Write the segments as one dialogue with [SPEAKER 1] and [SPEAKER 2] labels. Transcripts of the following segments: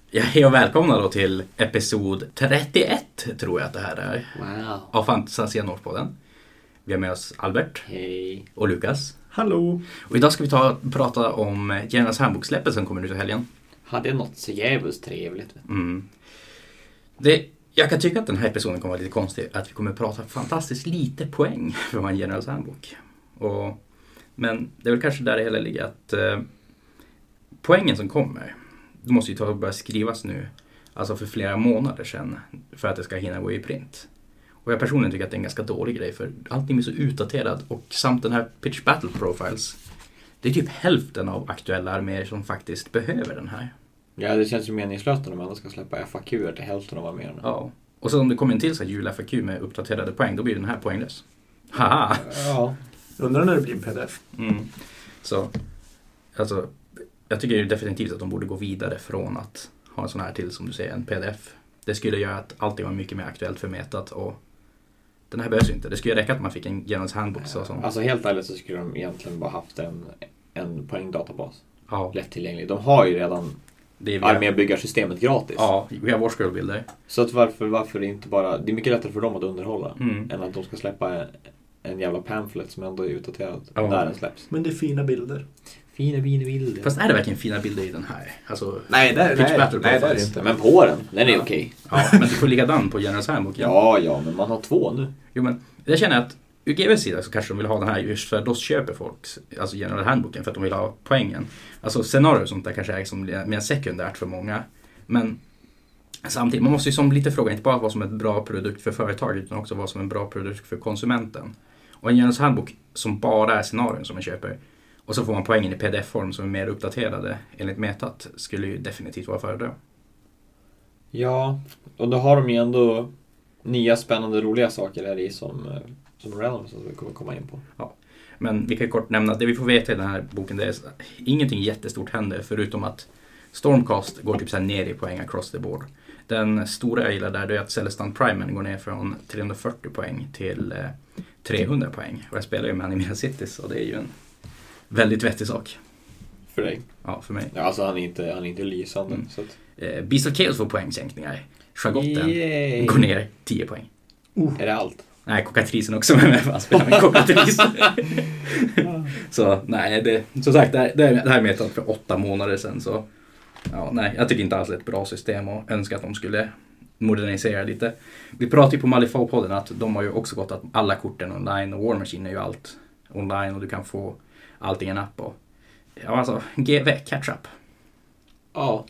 [SPEAKER 1] Ja, hej och välkomna då till episod 31 tror jag att det här är.
[SPEAKER 2] Wow.
[SPEAKER 1] Av Fantasia Norrpodden. Vi har med oss Albert.
[SPEAKER 2] Hej.
[SPEAKER 1] Och Lukas.
[SPEAKER 3] Hallå.
[SPEAKER 1] Och idag ska vi prata om Generals handbokssläppet som kommer ut i helgen.
[SPEAKER 2] Hade jag något så jävligt trevligt.
[SPEAKER 1] Jag kan tycka att den här episoden kommer vara lite konstig. Att vi kommer prata fantastiskt lite poäng för en Generals handbok. Men det är väl kanske där det hela ligger att poängen som kommer, det måste ju börja skrivas nu. Alltså för flera månader sedan. För att det ska hinna gå i print. Och jag personligen tycker att det är en ganska dålig grej. För allting är så utdaterat. Och samt den här Pitch Battle Profiles. Det är typ hälften av aktuella arméer som faktiskt behöver den här.
[SPEAKER 2] Ja, det känns ju meningslöst när man ska släppa FAQ till hälften av arméerna.
[SPEAKER 1] Ja. Och så om det kommer en till så här jul-FAQ med uppdaterade poäng, då blir den här poänglös. Haha!
[SPEAKER 2] Ja.
[SPEAKER 3] Undrar när det blir en pdf.
[SPEAKER 1] Så, alltså, jag tycker ju definitivt att de borde gå vidare från att ha en sån här till, som du säger, en pdf. Det skulle göra att allting var mycket mer aktuellt för metat och den här behövs ju inte. Det skulle räcka att man fick en Generals handbok.
[SPEAKER 2] Alltså helt ärligt så skulle de egentligen bara haft en poängdatabas.
[SPEAKER 1] Ja.
[SPEAKER 2] Lättillgänglig. De har ju redan armébyggarsystemet gratis.
[SPEAKER 1] Ja, vi har Warscroll-bilder.
[SPEAKER 2] Så att varför inte bara... Det är mycket lättare för dem att underhålla än att de ska släppa en jävla pamphlet som ändå är utdaterad när den släpps.
[SPEAKER 3] Men det är fina bilder.
[SPEAKER 2] Fina bilder.
[SPEAKER 1] Fast är det verkligen fina bilder i den här? Alltså,
[SPEAKER 3] Nej, det är det inte.
[SPEAKER 2] Men på den är okej.
[SPEAKER 1] Ja, men du får likadan på Generals handbok.
[SPEAKER 2] Ja, men man har 2 nu.
[SPEAKER 1] Jo, men jag känner att ur GWs sida så kanske de vill ha den här just för då köper folk alltså General handboken för att de vill ha poängen. Alltså scenario och sånt där kanske är som mer sekundärt för många. Men samtidigt, man måste ju som lite fråga inte bara vad som är en bra produkt för företaget utan också vad som är en bra produkt för konsumenten. Och en Generals handbok som bara är scenarion som man köper och så får man poängen i pdf-form som är mer uppdaterade enligt metat skulle ju definitivt vara föredra.
[SPEAKER 2] Ja, och då har de ju ändå nya spännande roliga saker här i som Realms som vi kommer komma in på.
[SPEAKER 1] Ja. Men vi kan kort nämna att det vi får veta i den här boken det är ingenting jättestort händer förutom att Stormcast går typ så här ner i poäng across the board. Den stora jag gillar där är att Celestant Primen går ner från 340 poäng till 300 poäng. Och jag spelar ju med Animera Cities och det är ju en väldigt vettig sak.
[SPEAKER 2] För dig?
[SPEAKER 1] Ja, för mig.
[SPEAKER 2] Ja, alltså han är inte lysande. Så att...
[SPEAKER 1] Beast of Chaos får poängsänkningar. Chagotten går ner 10 poäng.
[SPEAKER 2] Är det allt?
[SPEAKER 1] Nej, Kokatrisen också med för att spela med Kokatris. Så nej, som sagt, det här metat för 8 månader sedan. Så ja, nej, jag tycker inte alls det är ett bra system och önskar att de skulle modernisera lite. Vi pratade ju på Malifaux-podden att de har ju också gått att alla korten online och War Machine är ju allt online och du kan få allting i en app. Och, ja, alltså, GV, catch up.
[SPEAKER 2] Ja.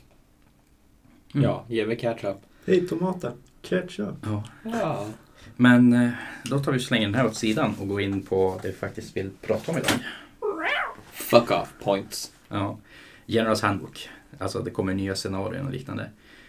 [SPEAKER 2] Ja, GV catch up.
[SPEAKER 3] Hej tomater, catch up.
[SPEAKER 2] Ja.
[SPEAKER 1] Men då tar vi och slänger den här åt sidan och går in på det vi faktiskt vill prata om idag.
[SPEAKER 2] Fuck off points.
[SPEAKER 1] Ja, Generals handbok. Alltså det kommer nya scenarier och liknande.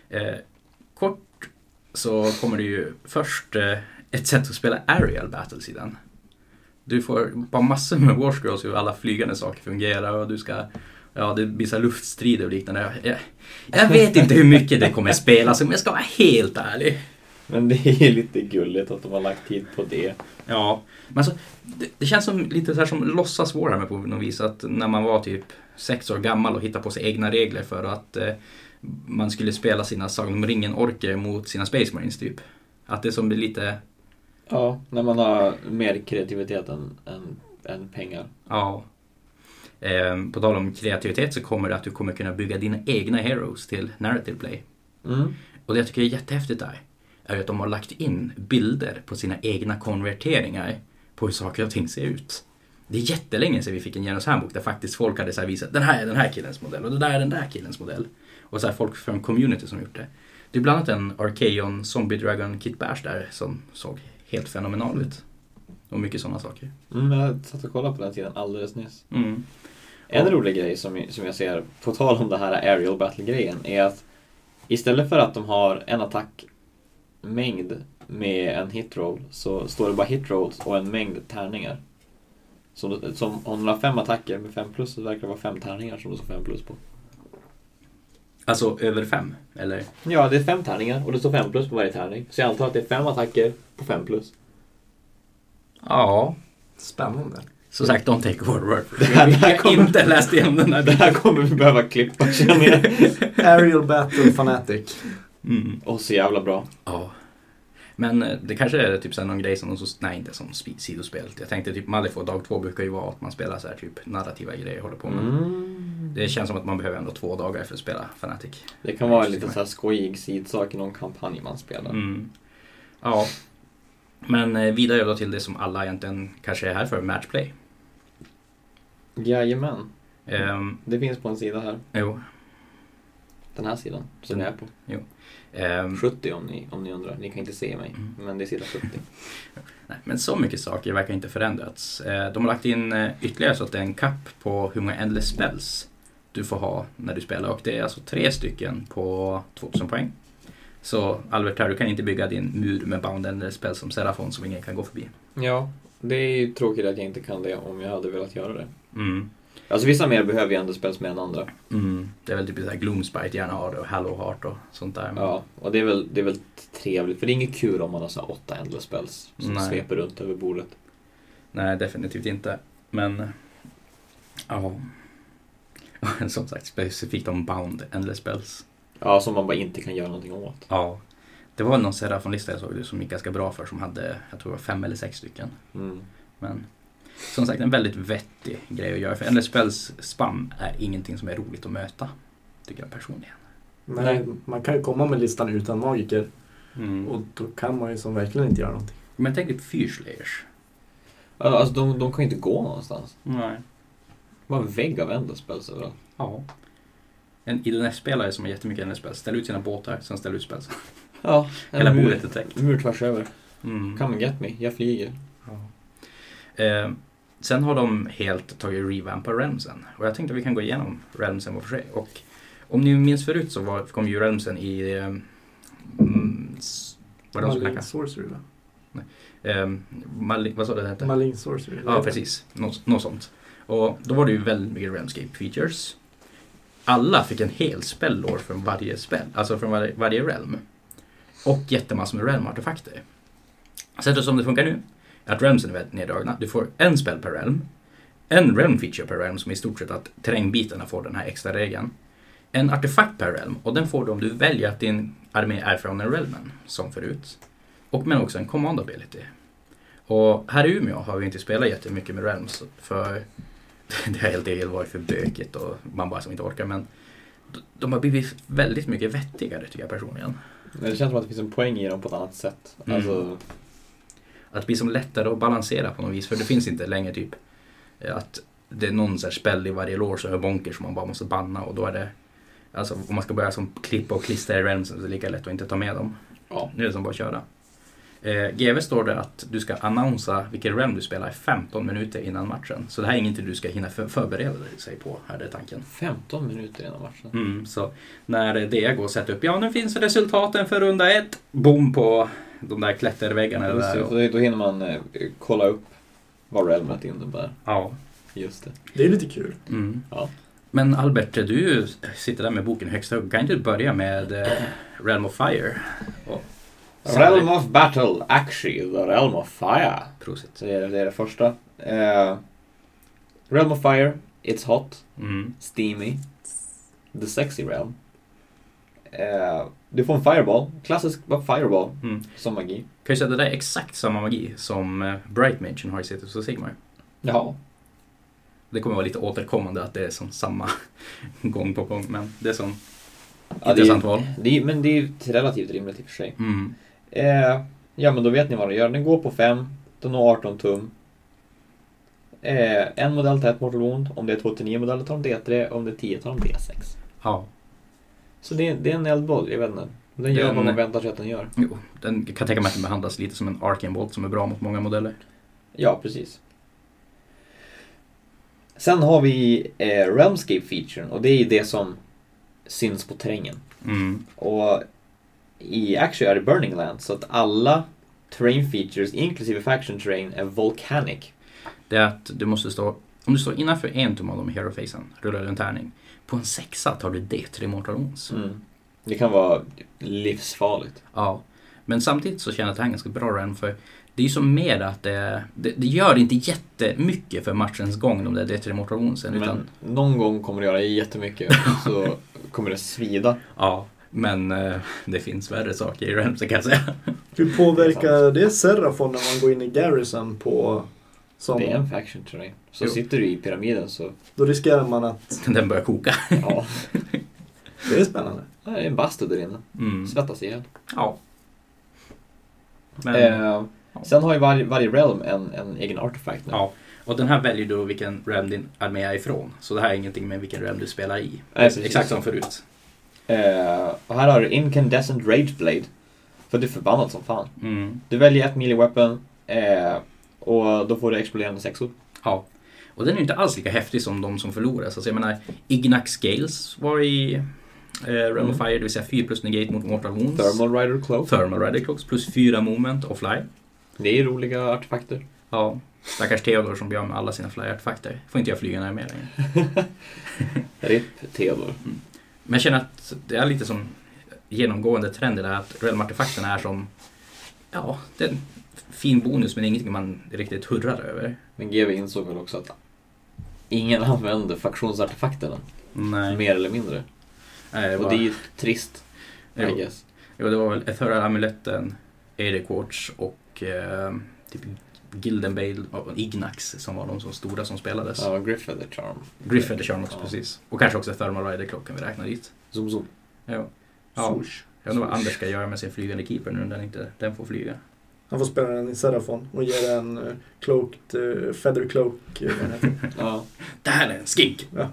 [SPEAKER 1] Kort så kommer det ju först ett sätt att spela aerial battles i den. Du får bara massor med warscrolls hur alla flygande saker fungerar och du ska... Ja, det blir så luftstrider och liknande. Jag vet inte hur mycket det kommer spelas om jag ska vara helt ärlig.
[SPEAKER 2] Men det är lite gulligt att de har lagt tid på det.
[SPEAKER 1] Ja, men alltså, det känns som lite så här som låtsas Warhammer på något vis. Att när man var typ 6 år gammal och hittade på sig egna regler för att man skulle spela sina Sagan om ringen-orker mot sina Space Marines typ. Att det som blir lite...
[SPEAKER 2] Ja, när man har mer kreativitet än pengar.
[SPEAKER 1] Ja. På tal om kreativitet så kommer det att du kommer kunna bygga dina egna heroes till narrative play. Och det jag tycker är jättehäftigt där är att de har lagt in bilder på sina egna konverteringar på hur saker och ting ser ut. Det är jättelänge sedan vi fick en Generals handbok där faktiskt folk hade så här visat den här är den här killens modell och det där är den där killens modell. Och så här folk från community som gjort det. Det är bland annat en Archaeon Zombie Dragon Kit Bash där som såg helt fenomenal ut. Och mycket sådana saker.
[SPEAKER 2] Jag satt och kollade på den tiden alldeles nyss. En rolig grej som jag ser på tal om det här aerial battle-grejen är att istället för att de har en attackmängd med en hitroll så står det bara hitrolls och en mängd tärningar. Som om de har 5 attacker med 5+ så verkar det vara 5 tärningar som det står 5+ på.
[SPEAKER 1] Alltså över 5, eller?
[SPEAKER 2] Ja, det är 5 tärningar och det står 5+ på varje tärning. Så jag antar att det är 5 attacker på 5+.
[SPEAKER 1] Ja.
[SPEAKER 3] Spännande.
[SPEAKER 1] Så sagt, don't take a word. Jag har inte läst igenom den här.
[SPEAKER 2] Det här kommer vi behöva klippa, känner jag.
[SPEAKER 3] Aerial Battle Fanatic.
[SPEAKER 2] Och så jävla bra.
[SPEAKER 1] Ja. Men det kanske är typ så här någon grej som inte som sidospel. Jag tänkte typ Malifaux dag 2 brukar ju vara att man spelar så här typ narrativa grejer håller på med. Det känns som att man behöver ändå 2 dagar för att spela Fanatic.
[SPEAKER 2] Det kan vara lite så här skojig sidsak i någon kampanj man spelar.
[SPEAKER 1] Ja. Men vidare då till det som alla egentligen kanske är här för, matchplay.
[SPEAKER 2] Jajamän. Det finns på en sida här.
[SPEAKER 1] Jo.
[SPEAKER 2] Den här sidan som jag är på.
[SPEAKER 1] Jo.
[SPEAKER 2] 70 om ni undrar. Ni kan inte se mig, men det är sida 70.
[SPEAKER 1] Nej, men så mycket saker verkar inte förändrats. De har lagt in ytterligare så att det är en kapp på hur många endless spells du får ha när du spelar. Och det är alltså 3 stycken på 2000 poäng. Så Albert här, du kan inte bygga din mur med bound endless spells som Seraphon som ingen kan gå förbi.
[SPEAKER 2] Ja, det är ju tråkigt att jag inte kan det om jag hade velat göra det. Alltså vissa mer behöver ju ändå spels mer än andra.
[SPEAKER 1] Det är väl typ så här Gloomspite gärna har det och Hallowheart och sånt där.
[SPEAKER 2] Ja, och det är väl trevligt. För det är inget kul om man har så här 8 endless spells som sveper runt över bordet.
[SPEAKER 1] Nej, definitivt inte. Men ja. Som sagt, specifikt om bound endless spells.
[SPEAKER 2] Ja, som man bara inte kan göra någonting åt.
[SPEAKER 1] Ja. Det var någon Seraphon-lista jag såg det som gick ganska bra för som hade, jag tror det var 5 eller 6 stycken. Men som sagt en väldigt vettig grej att göra. För endless spells spam är ingenting som är roligt att möta, tycker jag personligen.
[SPEAKER 3] Nej, man kan ju komma med listan utan magiker. Och då kan man ju som verkligen inte göra någonting.
[SPEAKER 1] Men tänk typ Fyrslayers.
[SPEAKER 2] Alltså de kan ju inte gå någonstans.
[SPEAKER 1] Nej.
[SPEAKER 2] Bara en vägg av endless spells överallt.
[SPEAKER 1] Ja. En IDNF-spelare som har jättemycket endless spells ställer ut sina båtar, sen ställer ut spells.
[SPEAKER 2] Ja.
[SPEAKER 1] Hela bordet är täckt.
[SPEAKER 2] Mur tvärs över. Come and get me, jag flyger.
[SPEAKER 1] Ja. Sen har de helt tagit revampa Realmsen. Och jag tänkte att vi kan gå igenom Realmsen var för sig. Och om ni minns förut så kom ju Realmsen i
[SPEAKER 3] Malign Sorcery, va?
[SPEAKER 1] Nej. Vad sa det hette?
[SPEAKER 3] Malign Sorcery.
[SPEAKER 1] Ja, precis. Något sånt. Och då var det ju väldigt mycket Realmscape features. Alla fick en hel spellår från varje spell, alltså från varje realm. Och jättemassor med realm-artefakter. Sättet som det funkar nu är att realmsen är väldigt neddragna. Du får en spell per realm. En realm feature per realm som är i stort sett att terrängbitarna får den här extra regeln. En artefakt per realm och den får du om du väljer att din armé är från den realmen som förut. Men också en command ability. Och här i Umeå har vi inte spelat jättemycket med realms för det har helt enkelt varit för bökigt och man bara som inte orkar, men de har blivit väldigt mycket vettigare tycker jag personligen.
[SPEAKER 2] Det känns som att det finns en poäng i dem på ett annat sätt. Alltså
[SPEAKER 1] att det blir som lättare att balansera på något vis, för det finns inte längre typ att det är någon så här spell i varje lår som är bonker som man bara måste banna och då är det alltså om man ska börja som klippa och klistra i realmsen så är det lika lätt att inte ta med dem. Ja. Nu är det som bara att köra. GV står det att du ska annonsa vilken realm du spelar i 15 minuter innan matchen. Så det här är ingenting du ska hinna förbereda sig på, här är tanken.
[SPEAKER 2] 15 minuter innan matchen?
[SPEAKER 1] Så när det går att sätta upp, nu finns resultaten för runda 1. Boom på de där klätterväggarna.
[SPEAKER 2] Då hinner man kolla upp vad realmet innebär.
[SPEAKER 1] Ja.
[SPEAKER 2] Just det.
[SPEAKER 3] Det är lite kul.
[SPEAKER 1] Ja. Men Albert, du sitter där med boken högst upp. Kan inte du börja med Realm of Fire?
[SPEAKER 2] Realm of Battle, actually, the Realm of Fire.
[SPEAKER 1] Prosit.
[SPEAKER 2] Det är det första. Realm of Fire, it's hot, steamy, the sexy realm. Du får en fireball, klassisk fireball som magi.
[SPEAKER 1] Kan jag säga att det där är exakt samma magi som Bright Magen har i Cities of Sigmar?
[SPEAKER 2] Ja.
[SPEAKER 1] Det kommer vara lite återkommande att det är som samma gång på gång, men det är som intressant val.
[SPEAKER 2] Men det är ju relativt rimligt i och för sig. Ja, men då vet ni vad den gör. Den går på 5, den når 18 tum. En modell tar 1 mortal wound. Om det är 2-9 modeller tar de D3, om det är 10 tar de D6.
[SPEAKER 1] Ja.
[SPEAKER 2] Så det är en eldboll, jag vet inte. Den gör vad man väntar sig att den gör.
[SPEAKER 1] Jo, den kan tänka mig att den behandlas lite som en Arcane Bolt som är bra mot många modeller.
[SPEAKER 2] Ja, precis. Sen har vi Realmscape-featuren och det är det som syns på terrängen. Och i Actually är det Burning Land så att alla terrain features inklusive faction terrain är volcanic.
[SPEAKER 1] Det är att du måste stå, om du står innanför en tum av de hero-facen, rullar du en tärning. På en 6 tar du D3 mortal wounds.
[SPEAKER 2] Det kan vara livsfarligt.
[SPEAKER 1] Ja, men samtidigt så känner jag att det här är ganska bra realm för det är ju som mer att det gör inte jättemycket för matchens gång de där D3 motivationsen.
[SPEAKER 2] Men
[SPEAKER 1] utan
[SPEAKER 2] någon gång kommer det göra jättemycket så kommer det svida.
[SPEAKER 1] Ja, men det finns värre saker i Realms, kan jag säga.
[SPEAKER 3] Hur påverkar det Seraphon när man går in i Garrison på... Som...
[SPEAKER 2] Det är en faction terrain. Så sitter du i pyramiden så...
[SPEAKER 3] Då riskerar man att...
[SPEAKER 1] Den börjar koka.
[SPEAKER 2] Ja.
[SPEAKER 3] Det är spännande.
[SPEAKER 2] Det är en bastu där inne. Svettas ihjäl.
[SPEAKER 1] Ja. Men,
[SPEAKER 2] sen har ju varje realm en egen artefakt nu.
[SPEAKER 1] Ja, och den här väljer du vilken realm din armé är ifrån. Så det här är ingenting med vilken realm du spelar i. Exakt som förut.
[SPEAKER 2] Och här har du Incandescent Rageblade. För det är förbannat som fan. Du väljer ett melee weapon och då får du exploderande sexor.
[SPEAKER 1] Ja, och den är inte alls lika häftig som de som förlorar. Så jag menar, Ignax Scales var i Realm of Fire, det vill säga 4+ negate mot Mortal Wounds. Thermal Rider Cloaks plus 4 movement och fly. Det
[SPEAKER 2] är roliga artefakter.
[SPEAKER 1] Ja, stackars Theodor som blir av med alla sina fly-artefakter. Får inte jag flyga när jag är med längre.
[SPEAKER 2] RIP Theodor.
[SPEAKER 1] Men jag känner att det är lite som genomgående trend i det här att Realm-artefakterna är som, ja, det är en fin bonus men ingenting man riktigt hurrar över.
[SPEAKER 2] Men GW insåg väl också att ingen använder faktionsartefakterna.
[SPEAKER 1] Nej.
[SPEAKER 2] Mer eller mindre.
[SPEAKER 1] Nej,
[SPEAKER 2] och det är ju trist, I guess.
[SPEAKER 1] Jo, det var väl Ethereal Amuletten, Aether Quartz och typ Gildenbale och Ignax som var de så stora som spelades.
[SPEAKER 2] Ja, Gryffether Charm.
[SPEAKER 1] Gryffether Charm också, precis. Och kanske också Thermal Rider Cloak kan vi räkna dit.
[SPEAKER 2] Zoom.
[SPEAKER 1] Ja. Jag undrar vad Anders ska göra med sin flygande keeper nu när den får flyga.
[SPEAKER 3] Han får spela den i Seraphon och ge den Feather Cloak.
[SPEAKER 2] Ja.
[SPEAKER 1] Det här är en skink!
[SPEAKER 3] Ja.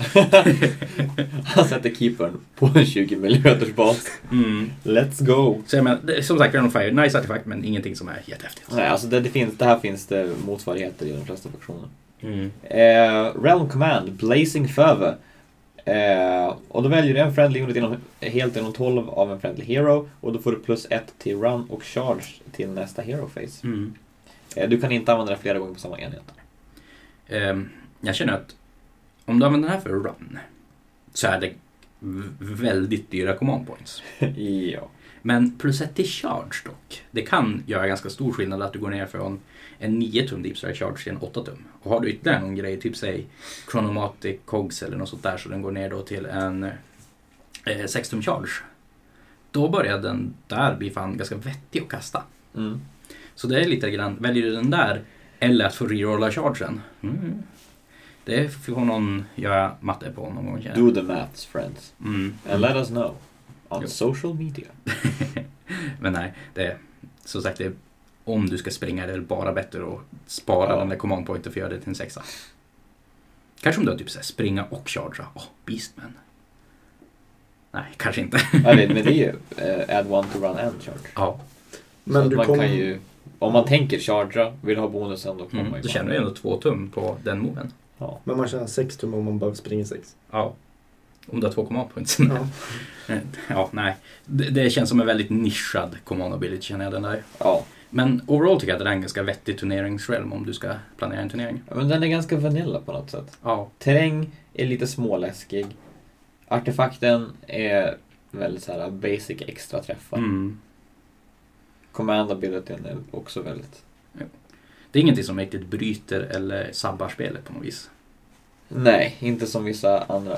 [SPEAKER 2] Han sätter keepern på en 20 mm bas. Let's go!
[SPEAKER 1] Så jag menar, som sagt, Realm of Fire, nice artefakt men ingenting som är jättehäftigt.
[SPEAKER 2] Nej, alltså det här finns det motsvarigheter i de flesta faktioner. Realm Command, Blazing Fervor. Och då väljer du en friendly unit helt inom 12 av en friendly hero. Och då får du +1 till run och charge till nästa hero phase. Du kan inte använda det flera gånger på samma enhet.
[SPEAKER 1] Jag känner att om du använder den här för run så är det väldigt dyra command points.
[SPEAKER 2] Ja.
[SPEAKER 1] Men +1 till charge dock. Det kan göra ganska stor skillnad att du går ner från en 9 tum Deep Strike Charge till en 8 tum. Och har du ytterligare någon grej, typ säg Chronomatic Cogs eller något sånt där, så den går ner då till en 6 tum Charge. Då börjar den där bli fan ganska vettig att kasta. Så det är lite grann, väljer du den där eller att få rerolla chargen. Det får någon göra matte på någon gång.
[SPEAKER 2] Do the maths, friends. And let us know on social media.
[SPEAKER 1] Men nej, det är så sagt, det är, om du ska springa det är det bara bättre att spara den där command pointen för att göra det till en 6. Kanske om du har typ så här, springa och chargea. Beastman. Nej, kanske inte.
[SPEAKER 2] Men det är ju add one to run and charge.
[SPEAKER 1] Ja.
[SPEAKER 2] Men du kan ju, om man tänker chargea, vill ha bonusen, då kommer man ju.
[SPEAKER 1] Då känner du ändå 2 tum på den moven.
[SPEAKER 3] Ja. Men man känner 6 tum om man bara springer 6.
[SPEAKER 1] Ja. Om du har 2 command points. Ja, nej. Det känns som en väldigt nischad command ability, känner jag den där.
[SPEAKER 2] Ja.
[SPEAKER 1] Men overall tycker jag att det är en ganska vettig turneringsrealm om du ska planera en turnering.
[SPEAKER 2] Ja, men den är ganska vanilla på något sätt.
[SPEAKER 1] Ja.
[SPEAKER 2] Terräng är lite småläskig. Artefakten är väldigt så här basic extra träffar. Command abilityn är också väldigt...
[SPEAKER 1] Ja. Det är ingenting som riktigt bryter eller sabbar spelet på något vis.
[SPEAKER 2] Nej, inte som vissa andra.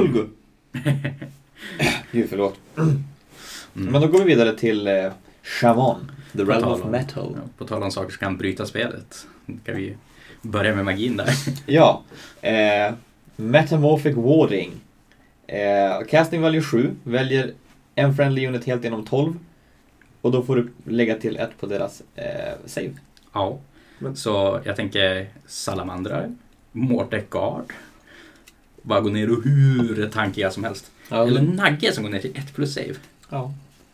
[SPEAKER 2] Gud, förlåt. Men då går vi vidare till Shaman, The Realm of Metal.
[SPEAKER 1] Ja, på tal om saker som kan bryta spelet. Kan vi börja med magin där.
[SPEAKER 2] Ja. Metamorphic Warding. Casting value 7. Väljer en friendly unit helt inom 12. Och då får du lägga till 1 på deras save.
[SPEAKER 1] Ja. Så jag tänker Salamandrar, Mortekgard. Bara gå ner och hur tankiga som helst. Ja. Eller Nagge som går ner till 1+ save.
[SPEAKER 2] Ja.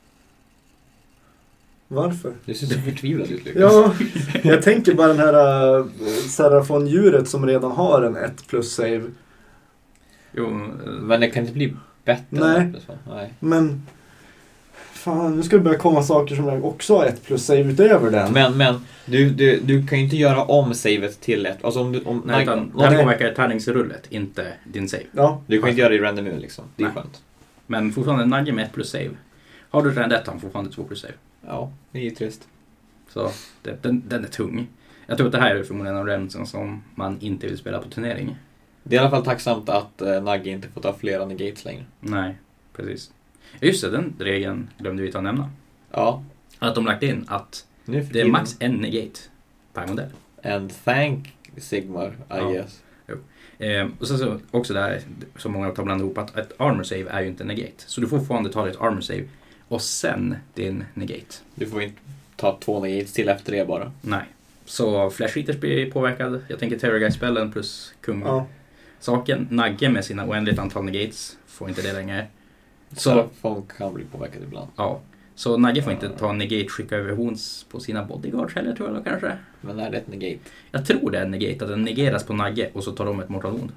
[SPEAKER 3] Varför?
[SPEAKER 2] Det ser så förtvivlat ut.
[SPEAKER 3] Ja, jag tänker bara den här Seraphon-djuret som redan har en 1+ save.
[SPEAKER 2] Jo, men det kan inte bli bättre.
[SPEAKER 3] Nej. Men fan, nu ska det börja komma saker som också har 1+ save utöver den.
[SPEAKER 2] Men du kan ju inte göra om savet till 1. Alltså
[SPEAKER 1] det här påverkar tärningsrullet, inte din save.
[SPEAKER 3] Ja.
[SPEAKER 2] Du kan inte göra det i random liksom. Det är skönt.
[SPEAKER 1] Men fortfarande Nagge med 1+ save. Har du redan 1 han fortfarande 2+ save.
[SPEAKER 2] Ja, det är ju trist.
[SPEAKER 1] Så den är tung. Jag tror att det här är förmodligen en av remsen som man inte vill spela på turnering.
[SPEAKER 2] Det är i alla fall tacksamt att Nagge inte får ta flera negates längre.
[SPEAKER 1] Nej, precis. Just det, den regeln glömde vi ta nämna.
[SPEAKER 2] Ja.
[SPEAKER 1] Att de lagt in att det är max en negate per modell.
[SPEAKER 2] And thank Sigmar, I guess.
[SPEAKER 1] Jo. Och så också där, som många tar bland ihop, att ett armor save är ju inte negate. Så du får fortfarande ta ditt armor save och sen din negate.
[SPEAKER 2] Du får inte ta 2 negates till efter det bara.
[SPEAKER 1] Nej. Så Flash Eaters blir påverkad. Jag tänker Terrorguy-spellen plus kung-saken. Nagge med sina oändligt antal negates får inte det längre.
[SPEAKER 2] Så folk kan bli påverkad ibland.
[SPEAKER 1] Ja. Så Nagge får inte ta negate, skicka över hons på sina bodyguards heller, tror jag kanske.
[SPEAKER 2] Men är det ett negate?
[SPEAKER 1] Jag tror det är negate, att den negeras på Nagge och så tar de ett mortal wound.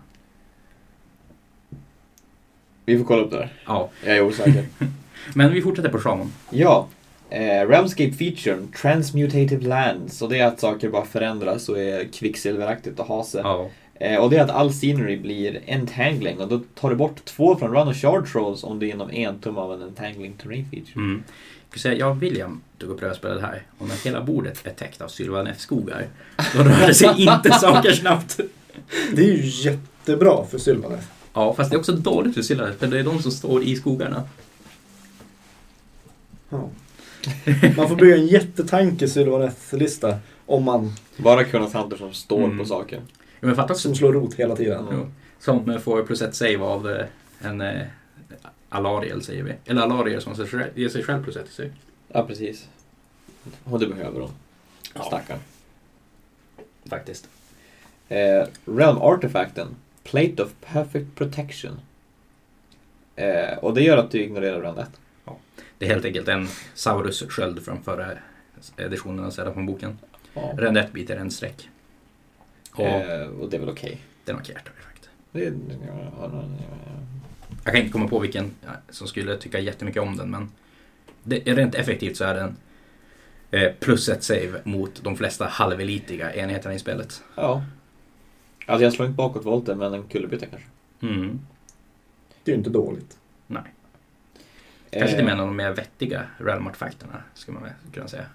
[SPEAKER 2] Vi får kolla upp det där.
[SPEAKER 1] Ja.
[SPEAKER 2] Jag är osäker.
[SPEAKER 1] Men vi fortsätter på Shaman.
[SPEAKER 2] Ja. Realmscape-featuren, Transmutative Lands. Och det är att saker bara förändras och är kvicksilveraktigt och ha sig.
[SPEAKER 1] Ja.
[SPEAKER 2] Och det är att all scenery blir entangling. Och då tar du bort 2 från run och charge rolls om det är inom 1 tum av en entangling terrain feature.
[SPEAKER 1] Jag och William tog upp prövspela det här. Och när hela bordet är täckt av Sylvaneth-skogar, då rör sig inte saker snabbt.
[SPEAKER 3] Det är ju jättebra för Sylvaneth.
[SPEAKER 1] Ja, fast det är också dåligt för Sylvaneth, för det är de som står i skogarna.
[SPEAKER 3] Ja. Man får bygga en jättetanke Sylvaneth-lista om man...
[SPEAKER 2] Bara kunna tanter som står på saker.
[SPEAKER 1] Ja, men fatta också,
[SPEAKER 3] som slår rot hela tiden.
[SPEAKER 1] Ja. Som får plus ett save av en Alariel, säger vi. Eller Alariel som ger sig själv plus ett save.
[SPEAKER 2] Ja, precis. Och det behöver de. Stackar.
[SPEAKER 1] Faktiskt.
[SPEAKER 2] Realm Artefacten. Plate of Perfect Protection. Och det gör att du ignorerar rand 1.
[SPEAKER 1] Ja. Det är helt enkelt en Saurus-sköld från förra editionen av sedan från boken. Ja. Rand 1 biter en streck.
[SPEAKER 2] Och det är väl okej.
[SPEAKER 1] Det är nog hjärta faktiskt. Jag kan inte komma på vilken som skulle tycka jättemycket om den, men det är rent effektivt så är den plus ett save mot de flesta halvelitiga enheterna i spelet.
[SPEAKER 2] Ja. Alltså jag slår inte bakåt volten, men en kullerbytta kanske.
[SPEAKER 3] Det är ju inte dåligt.
[SPEAKER 1] Nej. Kanske inte med en av de mer vettiga Realm-artefakterna, skulle man kunna säga.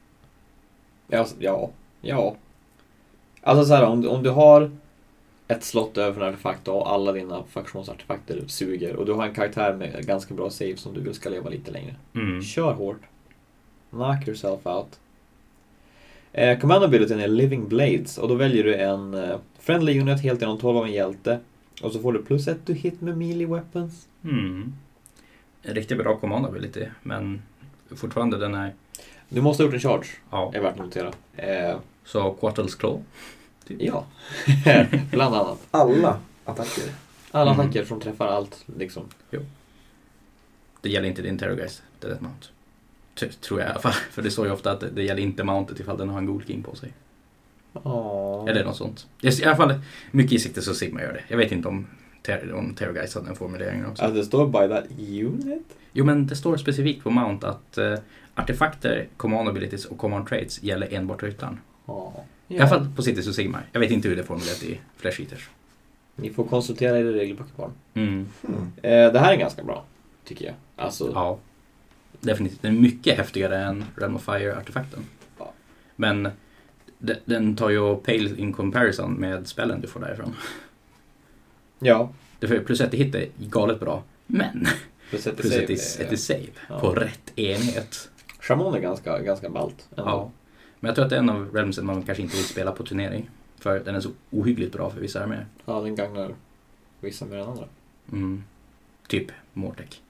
[SPEAKER 2] Ja. Alltså så här, om du har ett slott över en artefakt och alla dina faktionsartefakter suger och du har en karaktär med ganska bra save som du vill ska leva lite längre. Kör hårt. Knock yourself out. Command abilityn är Living Blades och då väljer du en friendly unit helt genom 12 av en hjälte och så får du plus 1 to hit med melee weapons.
[SPEAKER 1] En riktigt bra command ability, men fortfarande den är...
[SPEAKER 2] Du måste ha gjort en charge.
[SPEAKER 1] Ja.
[SPEAKER 2] Är värt att notera.
[SPEAKER 1] Så Quartles Claw?
[SPEAKER 2] Typ. Ja. Bland annat.
[SPEAKER 3] Alla attacker.
[SPEAKER 2] Alla attacker som träffar allt liksom.
[SPEAKER 1] Jo. Det gäller inte din Terrorgeist, det är ett mount. Tror jag i alla fall. För det står ju ofta att det gäller inte mountet ifall den har en Ghoul King på sig. Eller något sånt. I alla fall mycket i sikte så Sigma gör det. Jag vet inte om Terrorgeist hade den formuleringen också.
[SPEAKER 2] Alltså det står by that unit?
[SPEAKER 1] Jo, men det står specifikt på mount att artefakter, command abilities och command traits gäller enbart ryttaren. I alla fall på Cities och Sigmar. Jag vet inte hur det är formulerat i Flash Eaters.
[SPEAKER 2] Ni får konsultera i det regelböcker barn. Det här är ganska bra, tycker jag. Alltså...
[SPEAKER 1] Ja, definitivt. Den är mycket häftigare än Realm of Fire-artefakten.
[SPEAKER 2] Ja.
[SPEAKER 1] Men den tar ju pale in comparison med spellen du får därifrån.
[SPEAKER 2] Ja.
[SPEAKER 1] Plus ett hit är galet bra, men plus ett save på rätt enhet.
[SPEAKER 2] Shaman är ganska ballt.
[SPEAKER 1] Ja. Men jag tror att det är en av realmsen man kanske inte vill spela på turnering. För den är så ohyggligt bra för vissa arméer.
[SPEAKER 2] Ja, den gagnar vissa mer än andra.
[SPEAKER 1] Typ Mortek.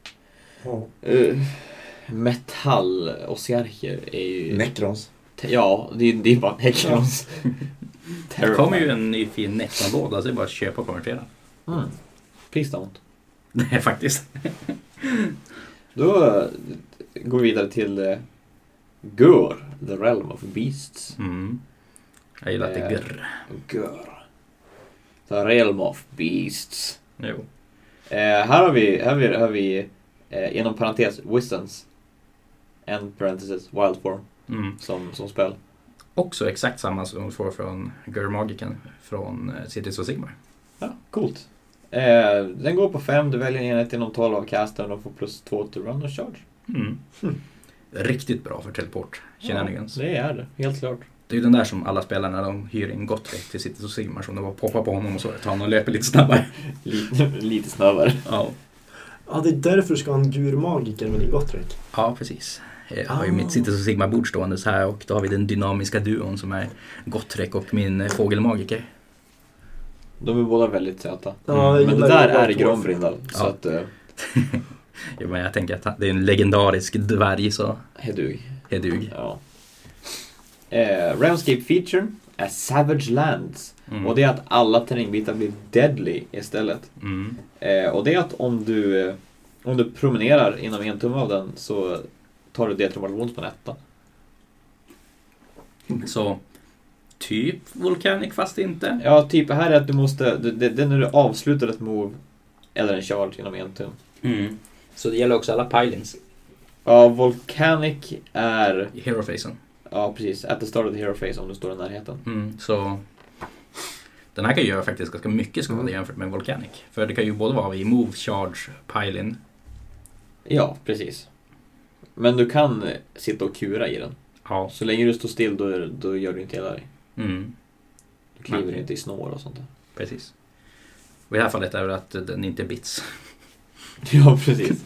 [SPEAKER 2] Metall och Osiarcher är ju...
[SPEAKER 3] Necrons.
[SPEAKER 2] Ja, det är bara Necrons.
[SPEAKER 1] Det kommer ju en ny fin Necron-låda, så det är bara att köpa och konvertera.
[SPEAKER 2] Please don't.
[SPEAKER 1] Nej, faktiskt.
[SPEAKER 2] Då går vi vidare till Gur, The Realm of Beasts.
[SPEAKER 1] Jag gillar att det är
[SPEAKER 2] Gur. The Realm of Beasts.
[SPEAKER 1] Jo.
[SPEAKER 2] Här har vi inom parentes Wisdens and parenthesis Wildform som spel.
[SPEAKER 1] Också exakt samma som vi får från Gur Magiken från Cities of Sigmar.
[SPEAKER 2] Ja, coolt. Den går på 5, du väljer en enhet inom 12 av casten och får plus 2 till run och charge.
[SPEAKER 1] riktigt bra för teleport shenanigans.
[SPEAKER 2] Ja, det är det, helt klart.
[SPEAKER 1] Det är ju den där som alla spelar när de hyr in Gottrek till Cities of Sigmar, som det var poppa på honom och så tar han och löper lite snabbare.
[SPEAKER 2] lite snabbare.
[SPEAKER 1] Ja.
[SPEAKER 3] Ja, det är därför du ska ha en gurmagiker med din Gottrek.
[SPEAKER 1] Ja, precis. Jag har ju mitt Cities of Sigmar-bord stående så här, och då har vi den dynamiska duon som är Gottrek och min fågelmagiker.
[SPEAKER 2] De är båda väldigt söta.
[SPEAKER 3] Ja,
[SPEAKER 2] men det där är Grombrindal. Så att...
[SPEAKER 1] ja, men jag tänker att det är en legendarisk dvärg, så... Hedug.
[SPEAKER 2] Ja. Realmscape-featuren är Savage Lands. Och det är att alla terrängbitar blir deadly istället. Och det är att om du promenerar inom en tumme av den så tar du det till wounds på en etta.
[SPEAKER 1] Så typ Volcanic fast inte?
[SPEAKER 2] Ja, typ här är att du måste... Det är när du avslutar ett move eller en charge inom en tum.
[SPEAKER 1] Så det gäller också alla pilings?
[SPEAKER 2] Ja, Volcanic är...
[SPEAKER 1] Hero-facen?
[SPEAKER 2] Ja, precis. At the start of the hero phase om du står i närheten.
[SPEAKER 1] Så den här kan ju göra faktiskt ganska mycket skada jämfört med Volcanic. För det kan ju både vara i move, charge, pile-in.
[SPEAKER 2] Ja, precis. Men du kan sitta och kura i den.
[SPEAKER 1] Ja.
[SPEAKER 2] Så länge du står still då gör du inte hela dig. Du kliver inte i snår och sånt där.
[SPEAKER 1] Precis. Och i det här fallet är det att den inte är bits.
[SPEAKER 2] Ja, precis.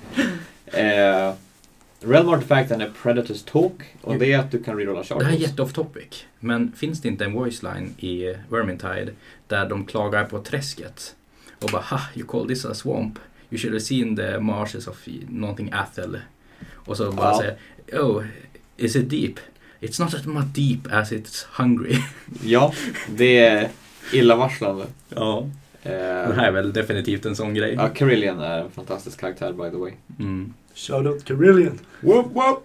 [SPEAKER 2] Realm Artifacten är Predator's Talk. Och det är att du kan rerolla charges.
[SPEAKER 1] Det här är jätte-off topic. Men finns det inte en voice line i Vermintide där de klagar på träsket och bara, ha, you call this a swamp. You should have seen the marshes of någonting Athel. Och så bara säger, oh, is it deep? It's not as much deep as it's hungry.
[SPEAKER 2] Ja, det är illavarslande.
[SPEAKER 1] Ja. Det här är väl definitivt en sån grej.
[SPEAKER 2] Ja, Carillion är en fantastisk karaktär, by the way.
[SPEAKER 3] Shoutout Carillion.
[SPEAKER 2] Whoop, whoop.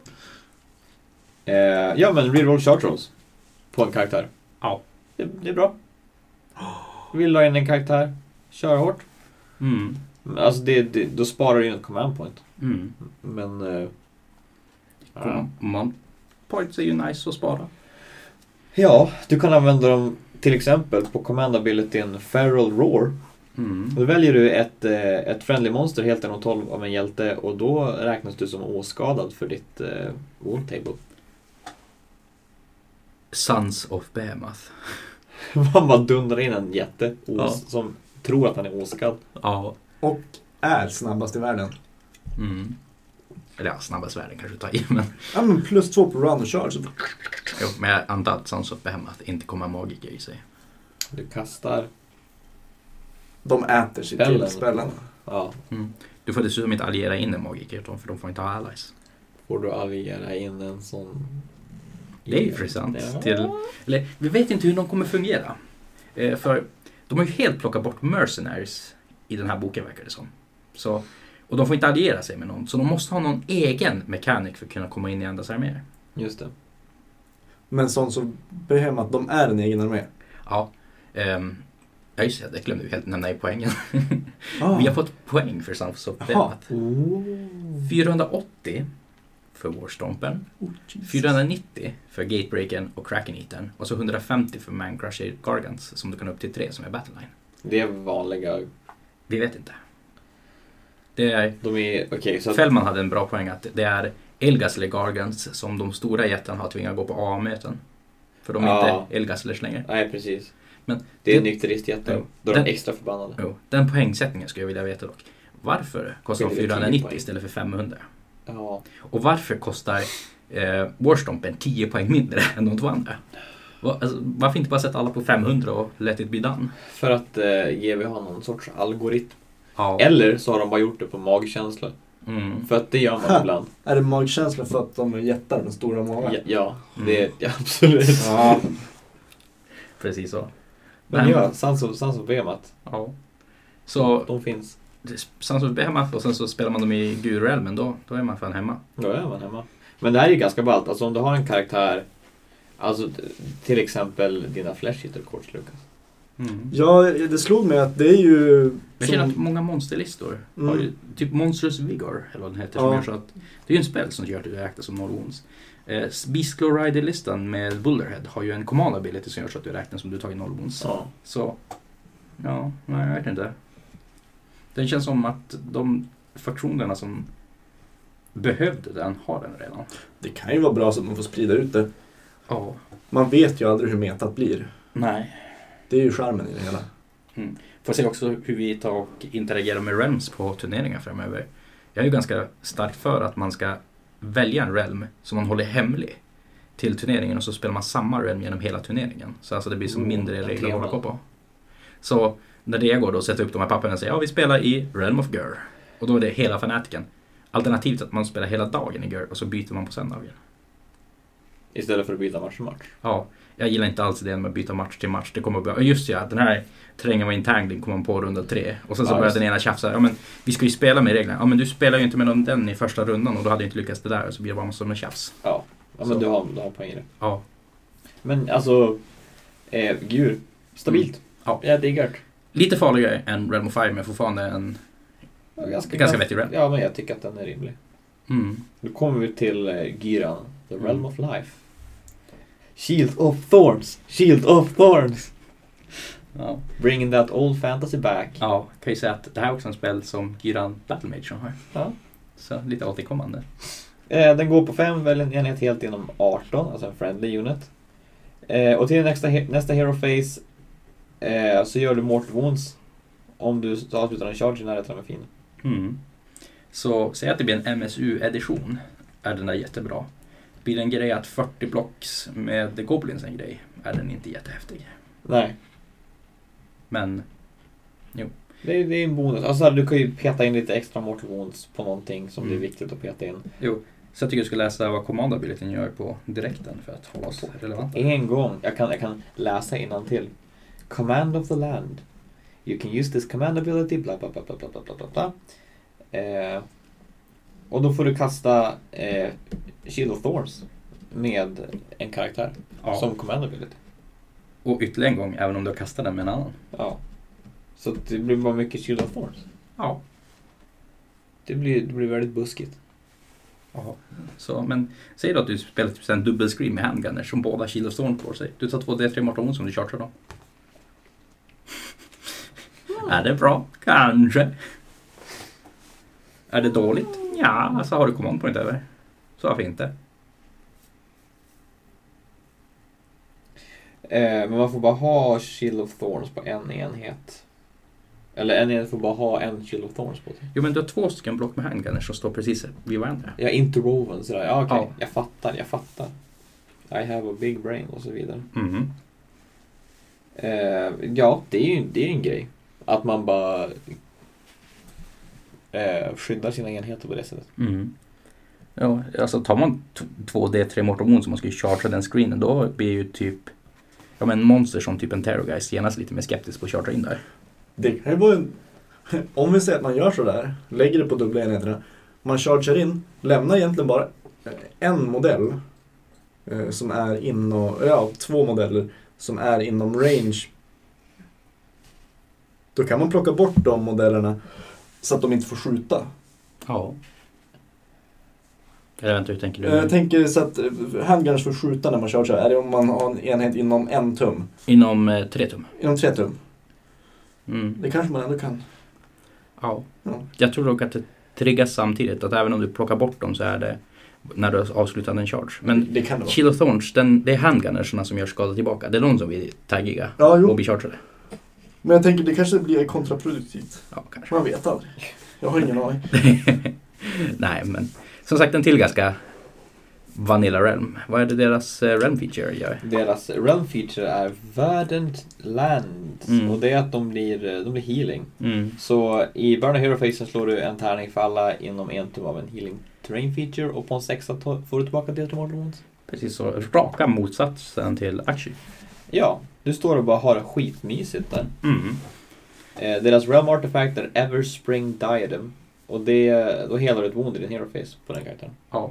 [SPEAKER 2] Ja, men reroll charge rolls på en karaktär.
[SPEAKER 1] Ja.
[SPEAKER 2] Det är bra. Vill du ha in en karaktär, kör hårt. Alltså då sparar du in ett command point. Men
[SPEAKER 1] command points är ju nice att spara.
[SPEAKER 2] Ja, du kan använda dem till exempel på command abilityn Feral Roar. Då väljer du ett friendly monster helt inom 12 av en hjälte och då räknas du som oskadad för ditt wound table.
[SPEAKER 1] Sons of Behemoth.
[SPEAKER 2] Man bara dundrar in en jätte som tror att han är oskadd.
[SPEAKER 1] Ja.
[SPEAKER 3] Och är snabbast i världen.
[SPEAKER 1] Eller ja, snabbast i världen kanske ta i. Men...
[SPEAKER 3] Ja, men +2 på run och charge.
[SPEAKER 1] Jo, men jag antar att Sons of Behemoth inte kommer magiker i sig.
[SPEAKER 2] Du kastar...
[SPEAKER 3] De äter sig till spellarna.
[SPEAKER 2] Ja.
[SPEAKER 1] Du får dessutom inte alliera in en magiker för de får inte ha allies.
[SPEAKER 2] Får du alliera in en sån...
[SPEAKER 1] Det är ju intressant. Eller, vi vet inte hur de kommer fungera. För de har ju helt plockat bort mercenaries i den här boken, verkar det som. Så, och de får inte alliera sig med någon. Så de måste ha någon egen mekanik för att kunna komma in i andras arméer.
[SPEAKER 2] Just det.
[SPEAKER 3] Men sånt som Behemoth, de är en egen armé.
[SPEAKER 1] Ja. Ja, just det, glömde vi helt nämna i poängen. Vi har fått poäng för Sons of Behemoth. 480 för Warstompen, 490 för Gatebreakern och Kraken-Eatern och så 150 för Mancrusher Gargants som du kan upp till 3 som är Battleline.
[SPEAKER 2] Det är vanliga...
[SPEAKER 1] Vi vet inte. Det är...
[SPEAKER 2] Okay, så...
[SPEAKER 1] Fällman hade en bra poäng att det är Elgasler Gargants som de stora jättarna har tvingat gå på A-möten. För de är inte Elgaslers längre.
[SPEAKER 2] Nej, precis.
[SPEAKER 1] Men
[SPEAKER 2] det är nykteristjätter. Då är de extra förbannade.
[SPEAKER 1] Den poängsättningen skulle jag vilja veta dock. Varför kostar de 490 istället för 500?
[SPEAKER 2] Ja.
[SPEAKER 1] Och varför kostar Warstompen 10 poäng mindre än de två andra? Varför inte bara sätta alla på 500 och let it be done?
[SPEAKER 2] För att GW har någon sorts algoritm.
[SPEAKER 1] Ja.
[SPEAKER 2] Eller så har de bara gjort det på magkänsla. För att det gör man ibland.
[SPEAKER 3] Är det magkänsla för att de är jättar med stora magar?
[SPEAKER 2] Ja, det är absolut.
[SPEAKER 3] Ja.
[SPEAKER 1] Precis så.
[SPEAKER 2] Men ja, Sons of Behemoth.
[SPEAKER 1] Ja. Så
[SPEAKER 2] de finns.
[SPEAKER 1] Sons of Behemoth och sen så spelar man dem i Guru-realmen, då är man fan hemma.
[SPEAKER 2] Då är man hemma. Men det här är ju ganska ballt. Alltså om du har en karaktär, alltså till exempel dina Flesh Eater Courts, Lucas.
[SPEAKER 3] Ja, det slog mig att det är ju...
[SPEAKER 1] Jag känner att många monsterlistor har ju typ Monstrous Vigor, eller vad den heter, som gör så att det är ju en spel som gör att du räknas som 0 wounds. Beastclaw Rider-listan med Bullerhead har ju en command ability som gör så att du räknas som du tagit 0 wounds.
[SPEAKER 2] Ja.
[SPEAKER 1] Så, ja, nej, jag vet inte. Det känns som att de faktionerna som behövde den ha den redan.
[SPEAKER 3] Det kan ju vara bra så att man får sprida ut det.
[SPEAKER 1] Ja.
[SPEAKER 3] Man vet ju aldrig hur metat blir.
[SPEAKER 1] Nej.
[SPEAKER 3] Det är ju charmen i det hela.
[SPEAKER 1] Får se också hur vi tar och interagerar med realms på turneringar framöver. Jag är ju ganska starkt för att man ska välja en realm som man håller hemlig till turneringen och så spelar man samma realm genom hela turneringen. Så alltså det blir som mindre regler att hålla på. Så när det går då sätter upp de här papperna och säger vi spelar i Realm of Gur. Och då är det hela fanatiken. Alternativt att man spelar hela dagen i Gur och så byter man på söndagen.
[SPEAKER 2] Istället för att byta match till match.
[SPEAKER 1] Ja, jag gillar inte alls det med att byta match till match. Det kommer att bli, just ja, den här terrängen var intangling kom man på runda 3. Och sen så började den ena tjafsa. Men vi ska ju spela med reglerna. Men du spelar ju inte med den i första rundan och då hade inte lyckats det där. Och så blir det bara som en tjafs.
[SPEAKER 2] Ja, men du har poäng i det.
[SPEAKER 1] Ja.
[SPEAKER 2] Men alltså, Gur, stabilt.
[SPEAKER 1] Ja.
[SPEAKER 2] Jag diggar det.
[SPEAKER 1] Lite farligare än Realm of Fire, men fortfarande en ganska vettig realm.
[SPEAKER 2] Ja, men jag tycker att den är rimlig. Nu kommer vi till Gyran, The Realm of Life. Shield of Thorns. Shield of Thorns.
[SPEAKER 1] Ja.
[SPEAKER 2] Bringing that old fantasy back.
[SPEAKER 1] Ja, kan ju säga att det här är också en spel som Gyran Battle Mage har.
[SPEAKER 2] Ja.
[SPEAKER 1] Så lite återkommande.
[SPEAKER 2] Den går på 5, välj en enhet helt inom 18, alltså en friendly unit. Och till nästa hero phase så gör du Mortal Wounds om du avslutar en charge i närheten med fin.
[SPEAKER 1] Så säg att det blir en MSU-edition, är den där jättebra. Blir det en grej att 40 blocks med Goblins en grej, är den inte jättehäftig.
[SPEAKER 2] Nej.
[SPEAKER 1] Men, jo.
[SPEAKER 2] Det är en bonus. Alltså du kan ju peta in lite extra Mortal Wounds på någonting som det är viktigt att peta in.
[SPEAKER 1] Jo, så jag tycker du ska läsa vad Command Abilityn gör på direkten för att hålla oss relevanta.
[SPEAKER 2] En gång, jag kan läsa innantill. Command of the land. You can use this command ability, bla bla bla bla bla bla bla bla. Och då får du kasta Shield of Thorns med en karaktär som command ability.
[SPEAKER 1] Och ytterligare en gång, även om du kastar den med en annan.
[SPEAKER 2] Ja. Så det blir bara mycket Shield of Thorns.
[SPEAKER 1] Ja.
[SPEAKER 2] Det blir väldigt buskigt.
[SPEAKER 1] Ja. Så, men säg då att du spelar typ en dubbelscreen med handgunner som båda Shield of Thorns på sig. Du tar 2 D3 Mortal Wounds som du chartar då. Är det bra? Kanske. Är det dåligt? Ja, alltså har du command point över. Så varför inte?
[SPEAKER 2] Men man får bara ha Shield of Thorns på en enhet. Eller en enhet får bara ha en Shield of Thorns på sig.
[SPEAKER 1] Jo, men du har 2 stycken block med handgunners som står precis vid varandra.
[SPEAKER 2] Ja, interwoven sådär. Ja, okej. Jag fattar. I have a big brain och så vidare. Ja, det är en grej. Att man bara skyddar sina enheter på det sättet.
[SPEAKER 1] Ja, alltså tar man 2 D3 Mortal Wounds som man ska chartra den screenen, då blir ju typ monster som typ en Terrorgeist genast lite mer skeptisk på att chartra in där.
[SPEAKER 3] Det kan ju vara om vi säger att man gör så där, lägger det på dubbla enheterna, man chargear in, lämnar egentligen bara en modell som är inom, 2 modeller som är inom range. Då kan man plocka bort de modellerna så att de inte får skjuta.
[SPEAKER 1] Ja. Eller vänta, hur tänker du?
[SPEAKER 3] Jag tänker så att handgunners får skjuta när man chargear. Är det om man har en enhet inom 1 tum?
[SPEAKER 1] Inom 3 tum.
[SPEAKER 3] Inom 3 tum. Det kanske man ändå kan.
[SPEAKER 1] Ja. Jag tror dock att det triggas samtidigt. Att även om du plockar bort dem så är det när du avslutar en charge. Men
[SPEAKER 3] det kan det
[SPEAKER 1] Shield of Thorns, det är handgunnersarna som gör skada tillbaka. Det är de som blir taggiga och blir chargade.
[SPEAKER 3] Men jag tänker det kanske blir kontraproduktivt.
[SPEAKER 1] Ja, kanske.
[SPEAKER 3] Man vet aldrig. Jag har ingen aning.
[SPEAKER 1] Nej, men som sagt en till ganska Vanilla Realm. Vad är det deras Realm feature gör?
[SPEAKER 2] Deras Realm feature är Verdant Land. Och det är att de blir healing. Så i Burn a Hero Phase slår du en tärning för alla inom 1 tum av en healing terrain feature. Och på en 6 får du tillbaka det till Mortal Wounds.
[SPEAKER 1] Precis, så raka motsatsen till Akshi.
[SPEAKER 2] Ja, du står och bara har det skitmysigt där. Deras Realm Artifact är Everspring Diadem. Och då helar du ett wound i din Hero Phase på den karaktären.
[SPEAKER 1] Ja.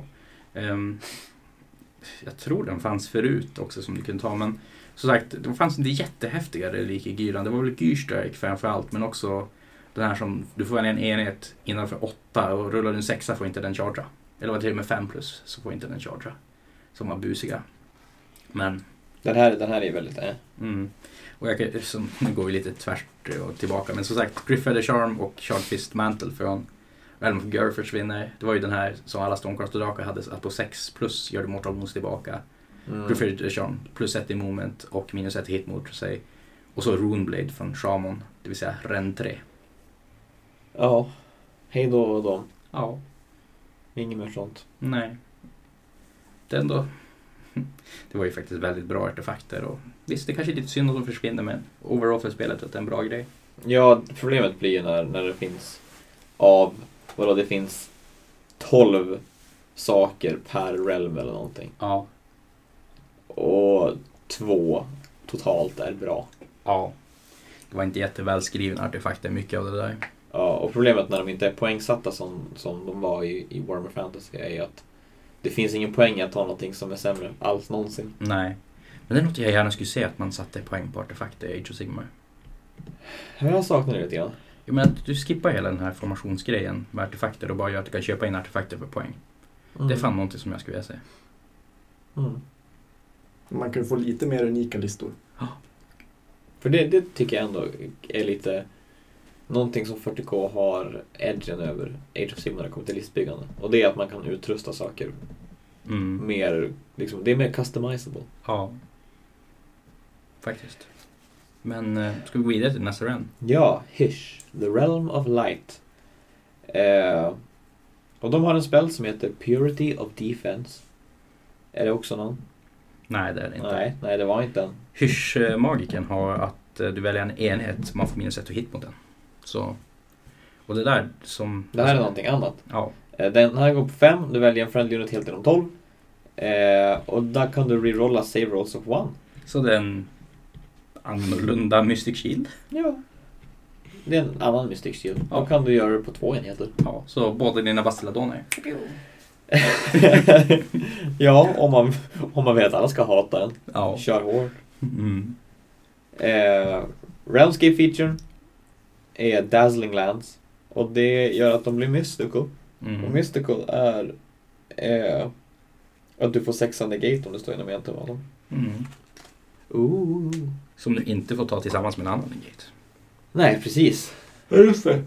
[SPEAKER 1] Jag tror den fanns förut också som du kunde ta, men som sagt, det fanns inte jättehäftigare lik i Gyran. Det var väl Gyrstrike framförallt, men också den här som du får en enhet innanför 8 och rullar du en 6 får inte den chargea. Eller var det till och med 5+ så får inte den chargea. Som var busiga. Men
[SPEAKER 2] den här är väldigt
[SPEAKER 1] och nu går vi lite tvärt och tillbaka, men som sagt Gryffeder Charm och Shard Fist Mantle från Realm of Gur försvinner. Det var ju den här som alla Stormcast-drakar hade, att på 6+ gör du Mortal Wounds tillbaka. Preferred Charm, +1 i moment och -1 i hit mot sig. Och så Runeblade från Shaman, det vill säga Ren 3.
[SPEAKER 2] Ja, hej då dem.
[SPEAKER 1] Ja.
[SPEAKER 2] Inget mer sånt.
[SPEAKER 1] Nej. Det var ju faktiskt väldigt bra artefakter. Och visst, det kanske är lite synd att de försvinner, men overall för spelet är det en bra grej.
[SPEAKER 2] Ja, problemet blir ju när det finns det finns 12 saker per realm eller någonting.
[SPEAKER 1] Ja.
[SPEAKER 2] Och 2 totalt är bra.
[SPEAKER 1] Ja. Det var inte jättevälskrivna artefakter, mycket av det där.
[SPEAKER 2] Ja, och problemet när de inte är poängsatta som de var i Warhammer Fantasy är att det finns ingen poäng att ta någonting som är sämre alls någonsin.
[SPEAKER 1] Nej. Men det är något jag gärna skulle se, att man satte poäng på artefakter i Age of Sigmar.
[SPEAKER 2] Jag saknar det lite grann.
[SPEAKER 1] Men att du skippar hela den här formationsgrejen med artefakter och bara gör att du kan köpa in artefakter för poäng. Det är fan någonting som jag skulle vilja se.
[SPEAKER 3] Man kan få lite mer unika listor.
[SPEAKER 1] Ja.
[SPEAKER 2] För det tycker jag ändå är lite någonting som 40K har edgen över Age of Sigmar när det kommer till listbyggande. Och det är att man kan utrusta saker mer, liksom, det är mer customizable.
[SPEAKER 1] Ja. Faktiskt. Men ska vi gå vidare till nästa run?
[SPEAKER 2] Ja, Hysh, The Realm of Light. Och de har en spel som heter Purity of Defense. Är det också någon?
[SPEAKER 1] Nej, det är det inte.
[SPEAKER 2] Nej, det var inte en.
[SPEAKER 1] Hysh-magiken har att du väljer en enhet, man får -1 hit mot den. Så. Och det där som...
[SPEAKER 2] Det här är någonting annat.
[SPEAKER 1] Ja.
[SPEAKER 2] Den här går på 5, du väljer en friendly unit helt inom 12. Och där kan du rerolla save rolls of 1.
[SPEAKER 1] Så det är en annorlunda Mystic Shield.
[SPEAKER 2] Ja. Det är en annan Mystic Shield. Ja. Då kan du göra det på 2 enheter.
[SPEAKER 1] Ja, så båda dina Bastiladoner.
[SPEAKER 2] Ja, om man vet att alla ska hata den.
[SPEAKER 1] Ja.
[SPEAKER 2] Kör hårt. Realmscape-featuren är Dazzling Lands. Och det gör att de blir mystical. Och mystical är att du får 6 negate om du står inom en av dem.
[SPEAKER 1] Som du inte får ta tillsammans med en annan negate.
[SPEAKER 2] Nej, precis.
[SPEAKER 3] Ja, just det.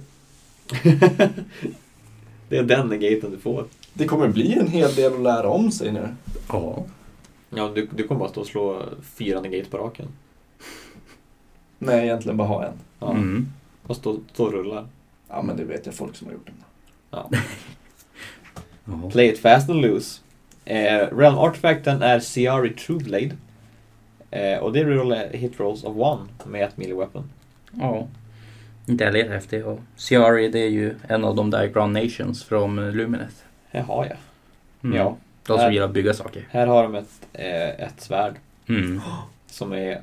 [SPEAKER 2] Det är den negaten du får.
[SPEAKER 3] Det kommer bli en hel del att lära om sig nu.
[SPEAKER 1] Ja.
[SPEAKER 2] Ja, du kommer bara stå och slå 4 negate på raken.
[SPEAKER 3] Nej, egentligen bara ha en.
[SPEAKER 2] Ja. Och stå och rulla.
[SPEAKER 3] Ja, men det vet jag folk som har gjort den.
[SPEAKER 2] Ja. Play it fast and loose. Realm Artifacten är Ciari Trueblade. Och det rullar hit rolls of 1 med ett melee weapon.
[SPEAKER 1] Ja. Det är lite häftigt. Och Ciari, det är ju en av de där Ground Nations från Lumineth.
[SPEAKER 2] Jaha, ja. Ja.
[SPEAKER 1] De som gillar att bygga saker.
[SPEAKER 2] Här har de ett svärd. Som är...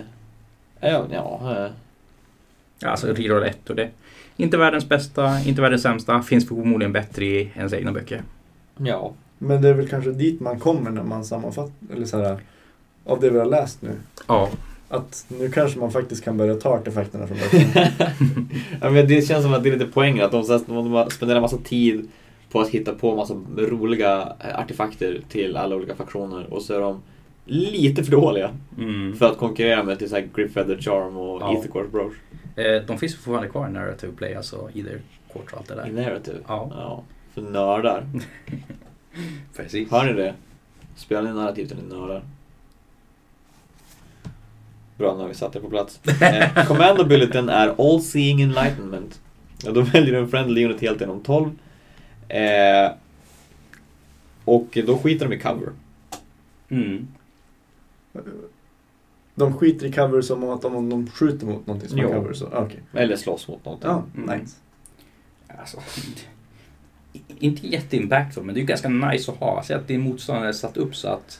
[SPEAKER 1] Alltså reroll 1 och det. Inte världens bästa, inte världens sämsta. Finns förmodligen bättre i ens egna böcker.
[SPEAKER 2] Ja.
[SPEAKER 3] Men det är väl kanske dit man kommer när man sammanfattar, eller så här, av det vi har läst nu.
[SPEAKER 1] Ja.
[SPEAKER 3] Att nu kanske man faktiskt kan börja ta artefakterna från början.
[SPEAKER 2] Ja, men det känns som att det är lite poäng att de spenderar massa tid på att hitta på massa roliga artefakter till alla olika faktioner. Och så är de lite för dåliga för att konkurrera med till så här Gripfeather Charm och Ethercore Broche.
[SPEAKER 1] De finns fortfarande kvar i Narrative Play, alltså Either Quarter och allt det där.
[SPEAKER 2] I Narrative?
[SPEAKER 1] Ja.
[SPEAKER 2] För nördar.
[SPEAKER 1] Precis.
[SPEAKER 2] Hör ni det? Spelar ni narrativ till ni nördar? Bra, nu har vi satt det på plats. Commando Bulletin är All Seeing Enlightenment. Och då väljer du en friendly unit helt inom 12. Och då skiter de i cover.
[SPEAKER 3] De skiter i cover som att om de skjuter mot någonting som är cover. Så, okay.
[SPEAKER 2] Eller slåss mot någonting.
[SPEAKER 3] Ja, nice.
[SPEAKER 1] Alltså, inte jätteimpactful, men det är ganska nice att ha. Så att din motståndare är satt upp så att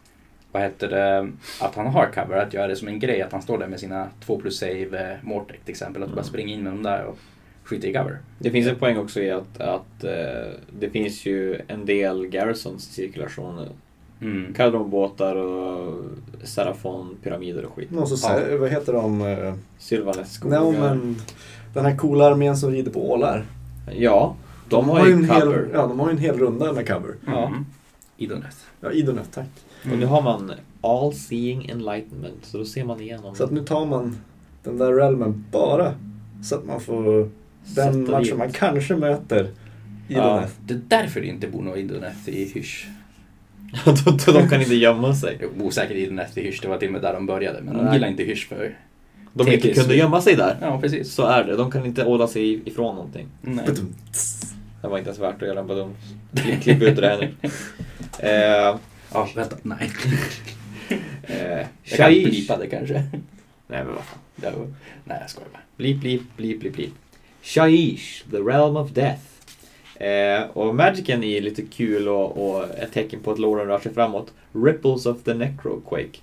[SPEAKER 1] att han har cover, att göra det som en grej att han står där med sina 2+ save Mortek till exempel, att bara springa in med dem där och skjuta i cover. Det
[SPEAKER 2] finns en poäng också i att det finns ju en del garrisons i cirkulationen. Kaldronbåtar och Serafon, pyramider och skit.
[SPEAKER 3] Vad heter de?
[SPEAKER 2] Sylvaneskskogar.
[SPEAKER 3] Nej, men den här coola armén som rider på ålar.
[SPEAKER 2] Ja, de har ju cover.
[SPEAKER 3] De har ju en hel runda med cover.
[SPEAKER 1] Idoneth.
[SPEAKER 3] Ja, Idoneth, tack.
[SPEAKER 2] Och nu har man All Seeing Enlightenment, så då ser man igenom.
[SPEAKER 3] Så att nu tar man den där realmen bara så att man får den matchen man kanske möter Idoneth.
[SPEAKER 1] Det är därför det inte bor några Idoneth i Hysh.
[SPEAKER 2] De kan inte gömma sig.
[SPEAKER 1] Det bor säkert Idoneth i Hysh, det var till och med där de började. Men de gillar inte Hysh för...
[SPEAKER 2] De inte kunde gömma sig där.
[SPEAKER 1] Ja, precis.
[SPEAKER 2] Så är det. De kan inte åla sig ifrån någonting.
[SPEAKER 1] Nej.
[SPEAKER 2] Det var inte ens värt att göra en badum. Klipp ut det här nu.
[SPEAKER 1] Ja, vänta. Nej. Jag kan
[SPEAKER 2] Shaiish.
[SPEAKER 1] blipa det kanske.
[SPEAKER 2] Nej, men vad fan.
[SPEAKER 1] Nej, jag skojar bara.
[SPEAKER 2] Blip. Shaiish, the realm of death. Och magicen är lite kul och ett tecken på att loren rör sig framåt. Ripples of the Necroquake.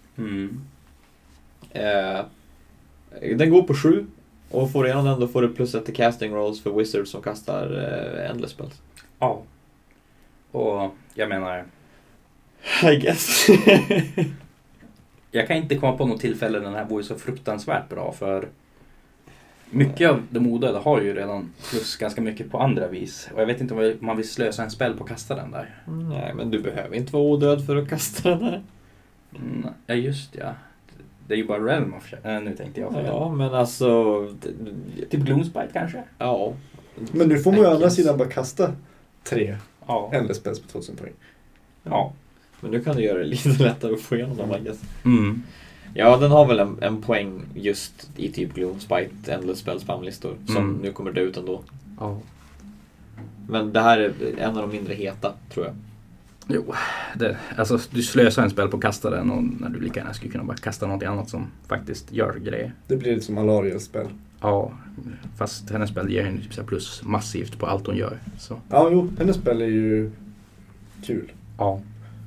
[SPEAKER 2] Den går på 7. Och får igenom den, då får du plus 1 till casting rolls för wizards som kastar endless spells.
[SPEAKER 1] Ja. Och jag menar...
[SPEAKER 2] I guess.
[SPEAKER 1] Jag kan inte komma på något tillfälle när den här vore så fruktansvärt bra, för mycket av de odöda har ju redan plus ganska mycket på andra vis. Och jag vet inte om man vill slösa en spel på att kasta den där.
[SPEAKER 2] Nej, men du behöver inte vara odöd för att kasta den här.
[SPEAKER 1] Ja, just ja. Det är ju bara Realm of nu tänkte jag.
[SPEAKER 2] Ja, men alltså...
[SPEAKER 1] Typ Gloomspite kanske?
[SPEAKER 2] Ja.
[SPEAKER 3] Men nu får man ju å andra sidan bara kasta 3 endless spells på 2000 poäng.
[SPEAKER 2] Ja. Men nu kan du göra det lite lättare att få igenom dem, I guess.
[SPEAKER 3] Ja,
[SPEAKER 2] den har väl en poäng just i typ Gloomspite endless spells spamlistor som nu kommer dö ut ändå.
[SPEAKER 1] Ja.
[SPEAKER 2] Men det här är en av de mindre heta, tror jag.
[SPEAKER 1] Jo, alltså du slösar en spel på att kasta den, och när du lika gärna skulle kunna bara kasta något annat som faktiskt gör grejer.
[SPEAKER 3] Det blir lite som Alariels spel.
[SPEAKER 1] Ja, fast hennes spel ger henne typ plus massivt på allt hon gör. Så.
[SPEAKER 3] Ja, jo, hennes spel är ju kul.
[SPEAKER 1] Ja.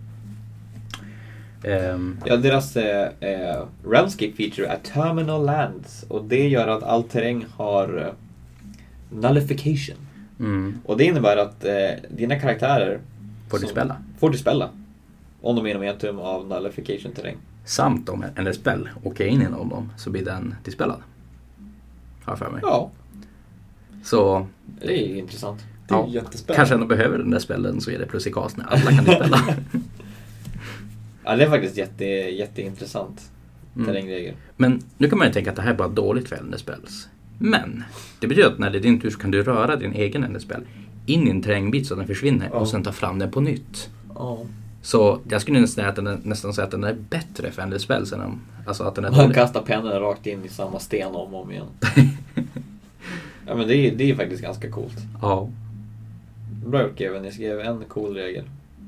[SPEAKER 2] Ja, deras Realmscape feature är Terminal Lands, och det gör att all terräng har nullification. Och det innebär att dina karaktärer får dispella om de är inom en tum av nullification terräng. Samt
[SPEAKER 1] om en spel åker in inom dem så blir den dispellad. Har för mig.
[SPEAKER 2] Ja.
[SPEAKER 1] Så
[SPEAKER 2] det är intressant.
[SPEAKER 3] Det är jättespännande.
[SPEAKER 1] Kanske ändå behöver den där spellen, så är det plus i cast när alla kan dispella.
[SPEAKER 2] Ja, det är faktiskt jätteintressant terrängregel.
[SPEAKER 1] Men nu kan man ju tänka att det här är bara dåligt för endespells. Men det betyder att när det är din tur så kan du röra din egen endespel in i en terrängbit så att den försvinner och sen ta fram den på nytt. Så jag skulle nästan säga att den är bättre för endespells än alltså att den är
[SPEAKER 2] man
[SPEAKER 1] dålig.
[SPEAKER 2] kastar pennan rakt in i samma sten om och om igen. Ja, men det är faktiskt ganska coolt.
[SPEAKER 1] Ja.
[SPEAKER 2] Bra gjort, Kevin. Ni skrev en cool regel.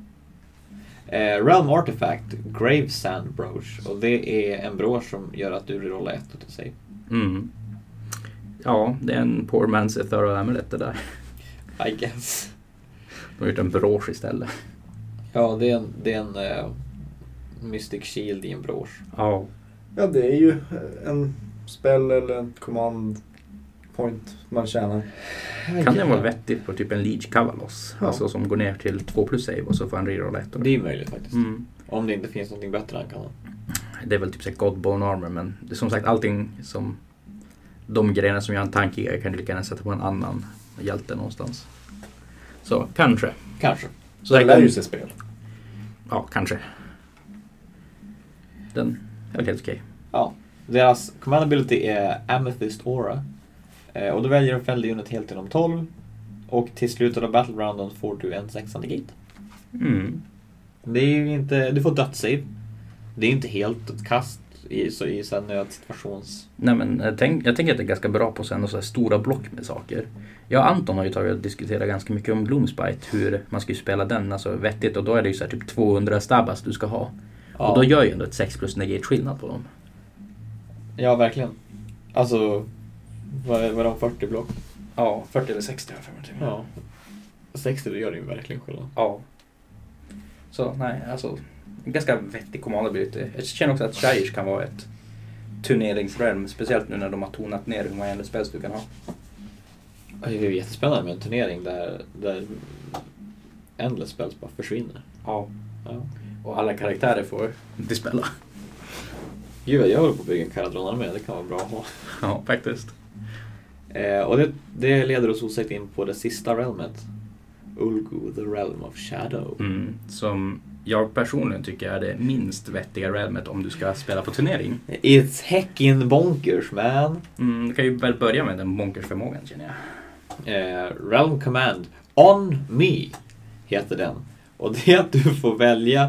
[SPEAKER 2] Realm Artifact Grave Sand Brooch, och det är en brosch som gör att du rullar 1 till sig.
[SPEAKER 1] Ja, det är en poor man's Ethereal Amulet det där.
[SPEAKER 2] I guess.
[SPEAKER 1] De har gjort en brosch istället.
[SPEAKER 2] Ja, det är en Mystic Shield i en brosch.
[SPEAKER 1] Ja,
[SPEAKER 3] det är ju en spell eller en command point man tjänar.
[SPEAKER 1] Kan det vara vettigt på typ en Leech Kavalos? Ja. Alltså som går ner till 2 plus save och så får en reroll 1.
[SPEAKER 2] Det är möjligt faktiskt. Om det inte finns någonting bättre än kan man.
[SPEAKER 1] Det är väl typ så Godbone Armor, men det är som sagt allting som de grejerna som jag har en tanke i kan du lika gärna sätta på en annan hjälte någonstans. Så kanske.
[SPEAKER 3] Så det lär ju sig spel.
[SPEAKER 1] Ja, kanske. Den är väl helt okej.
[SPEAKER 2] Ja, deras command ability är Amethyst Aura. Och då väljer du att fälla unit helt inom 12. Och till slutet av battle rounden får du en 6 negate. Det är ju inte, du får dödssave. Det är inte helt ett kast i sån nödsituations.
[SPEAKER 1] Nej, men jag tänker att det är ganska bra på så här stora block med saker. Jag och Anton har ju tagit och diskuterat ganska mycket om Gloomspite, hur man ska spela den alltså vettigt, och då är det ju så här typ 200 stabbas du ska ha. Ja. Och då gör ju ändå ett 6 plus negate skillnad på dem.
[SPEAKER 2] Ja, verkligen. Alltså var de 40 block?
[SPEAKER 1] Ja, 40 eller 60 har jag för mig.
[SPEAKER 2] Ja. 60 det gör det ju verkligen skillnad.
[SPEAKER 1] Ja. Så nej, alltså en ganska vettig command ability. Jag känner också att Shaiish kan vara ett turneringsrealm, speciellt nu när de har tonat ner hur många spels du kan ha.
[SPEAKER 2] Det är ju jättespännande med en turnering där endless spels bara försvinner.
[SPEAKER 1] Ja. Och alla karaktärer får dispella.
[SPEAKER 2] Gud, jag håller på att bygga en Caradron med. Det kan vara bra att ha.
[SPEAKER 1] Ja, faktiskt.
[SPEAKER 2] Och det leder oss osökt in på det sista realmet. Ulgu, the realm of shadow.
[SPEAKER 1] Som jag personligen tycker är det minst vettiga realmet om du ska spela på turnering.
[SPEAKER 2] It's heckin' bonkers, man.
[SPEAKER 1] Du kan ju väl börja med den bonkers-förmågan, känner jag.
[SPEAKER 2] Realm command. On Me heter den. Och det är att du får välja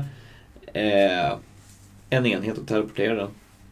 [SPEAKER 2] en enhet och teleportera den.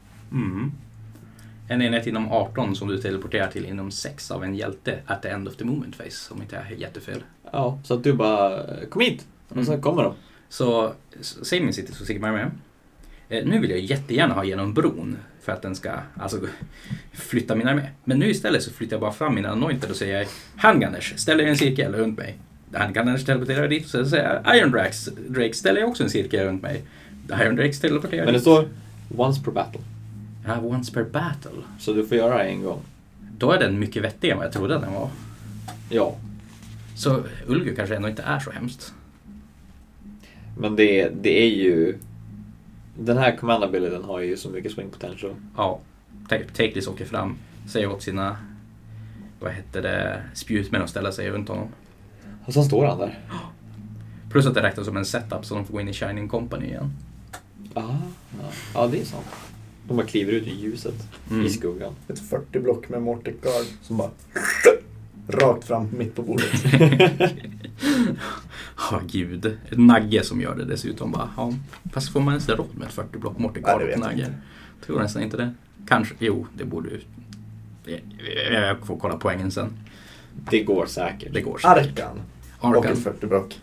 [SPEAKER 1] En enhet inom 18 som du teleporterar till inom 6 av en hjälte at the end of the movement phase, om inte jag är jättefel.
[SPEAKER 2] Ja, så att du bara kom hit och så kommer de.
[SPEAKER 1] Så Saving City så Sigmar med. Nu vill jag jättegärna ha igenom bron för att den ska flytta mina armé. Men nu istället så flyttar jag bara fram mina anointed och säger Handgunners, ställer en cirkel runt mig. Handgunners teleporterar dit, så säger jag Iron Drake ställer jag också en cirkel runt mig. Iron Drakes teleporterar.
[SPEAKER 2] Men det står once per battle.
[SPEAKER 1] Ja, once per battle.
[SPEAKER 2] Så du får göra det en gång.
[SPEAKER 1] Då är den mycket vettigare än vad jag trodde att den var.
[SPEAKER 2] Ja.
[SPEAKER 1] Så Ulgu kanske ändå inte är så hemskt.
[SPEAKER 2] Men det är ju... Den här command abilityn har ju så mycket swing potential.
[SPEAKER 1] Ja. Takeless åker fram, säger åt sina spjutmän och ställa sig runt honom.
[SPEAKER 2] Och så står han där.
[SPEAKER 1] Plus att det räknas som en setup så de får gå in i Shining Company igen.
[SPEAKER 2] Ja, det är sant. De bara kliver ut i ljuset i skuggan.
[SPEAKER 3] Ett 40 block med Mortic Guard som bara rakt fram mitt på bordet.
[SPEAKER 1] Gud. Ett nagge som gör det dessutom. Bara, fast får man ens råd med ett 40 block Mortic Guard och nagge? Tror nästan inte det. Kanske, det borde ju. Jag får kolla poängen sen.
[SPEAKER 2] Det går säkert.
[SPEAKER 3] Arkan. Och ett 40 block.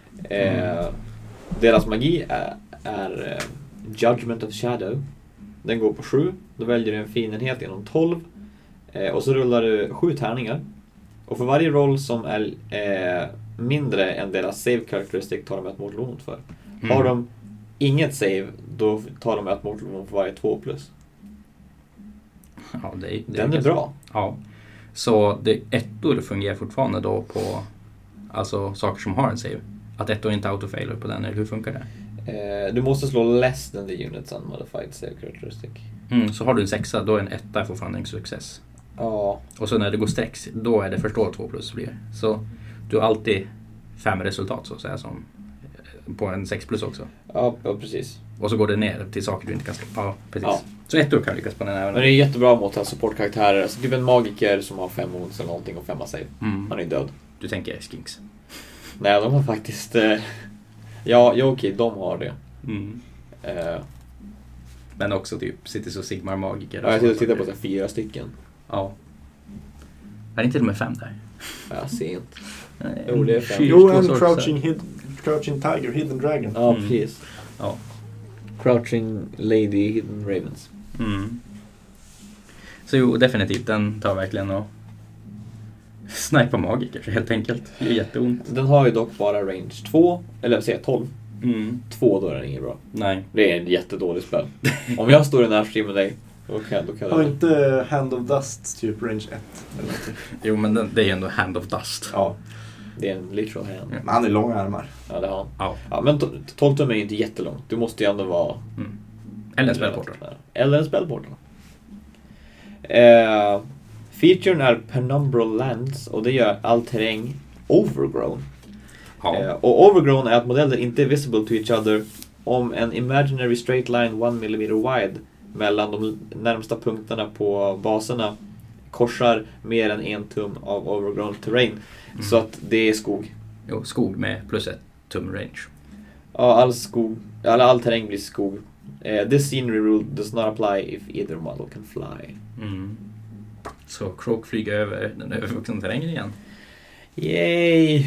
[SPEAKER 2] Deras magi är Judgment of Shadow. Den går på 7. Då väljer du en fiendenhet inom 12. Och så rullar du 7 tärningar. Och för varje roll som är mindre än deras save characteristic tar de ett mortal wound för. Har de inget save, då tar de ett mortal wound för varje 2+.
[SPEAKER 1] Ja,
[SPEAKER 2] den är bra.
[SPEAKER 1] Ja. Så ettor fungerar fortfarande då på saker som har en save. Att ettor inte autofailer på den, eller hur funkar det?
[SPEAKER 2] Du måste slå less than the units unmodified save characteristic.
[SPEAKER 1] Så har du en 6, då är en 1 fortfarande en success.
[SPEAKER 2] Ja.
[SPEAKER 1] Och så när det går sträcks, då är det förstå 2+ blir. Så du har alltid 5 resultat så att säga, som på en 6+ också.
[SPEAKER 2] Ja, precis.
[SPEAKER 1] Och så går det ner till saker du inte kan slå. Ja, precis. Ja. Så ettor kan lyckas på den även.
[SPEAKER 2] Men det är jättebra mot supportkaraktärer. Alltså, typ en magiker som har 5 wounds eller någonting och 5 save. Han är död.
[SPEAKER 1] Du tänker Skinks?
[SPEAKER 2] Nej, de har faktiskt... okej, de har det.
[SPEAKER 1] Men också typ Cities of Sigmar magiker.
[SPEAKER 2] Ja, jag tittar på 4 stycken.
[SPEAKER 1] Ja. Är det inte till och med 5 där?
[SPEAKER 2] Ja, sent.
[SPEAKER 3] Jo, det är 5. Jo, en Crouching Tiger, Hidden Dragon.
[SPEAKER 2] Ja, precis.
[SPEAKER 1] Ja.
[SPEAKER 2] Crouching Lady, Hidden Ravens.
[SPEAKER 1] Så jo, definitivt, den tar verkligen och snipa magiker helt enkelt. Det är jätteont.
[SPEAKER 2] Den har ju dock bara range 2, eller vad säger jag, 12. 2, då är den inget bra.
[SPEAKER 1] Nej.
[SPEAKER 2] Det är en jättedålig spel. Om jag står i närstrid med dig, då kan
[SPEAKER 3] har inte Hand of Dust typ range 1? Eller
[SPEAKER 1] jo, men det är ändå Hand of Dust.
[SPEAKER 2] Ja. Det är en literal hand.
[SPEAKER 3] Men han är långa armar.
[SPEAKER 2] Ja, det har han. Ja, men 12 tum är inte jättelångt. Du måste ju ändå vara...
[SPEAKER 1] Eller en spellportal.
[SPEAKER 2] Eller en spellportal. Featuren är Penumbral Lands och det gör all terräng overgrown. Ja. Och overgrown är att modeller inte är visible to each other om en imaginary straight line 1 mm wide mellan de närmsta punkterna på baserna korsar mer än 1 tum av overgrown terrain. Så att det är skog.
[SPEAKER 1] Jo, skog med plus 1 tum range.
[SPEAKER 2] Ja, all terräng blir skog. This scenery rule does not apply if either model can fly.
[SPEAKER 1] Så Croak flyger över den övervuxna terrängen igen.
[SPEAKER 2] Yay!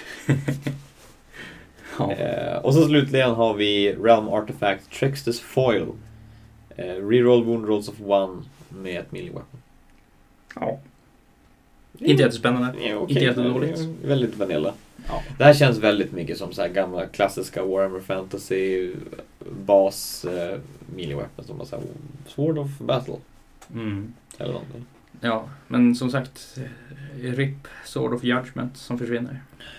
[SPEAKER 2] Och så slutligen har vi Realm Artifact Trextus Foil. Reroll wound rolls of 1 med ett melee weapon.
[SPEAKER 1] Ja. Inte jättespännande. Inte jättedåligt.
[SPEAKER 2] Väldigt vanilla. Ja. Det här känns väldigt mycket som så här gamla klassiska Warhammer Fantasy bas melee weapons som så här Sword of Battle. Eller någonting.
[SPEAKER 1] Ja, men som sagt RIP Sword of Judgment som försvinner.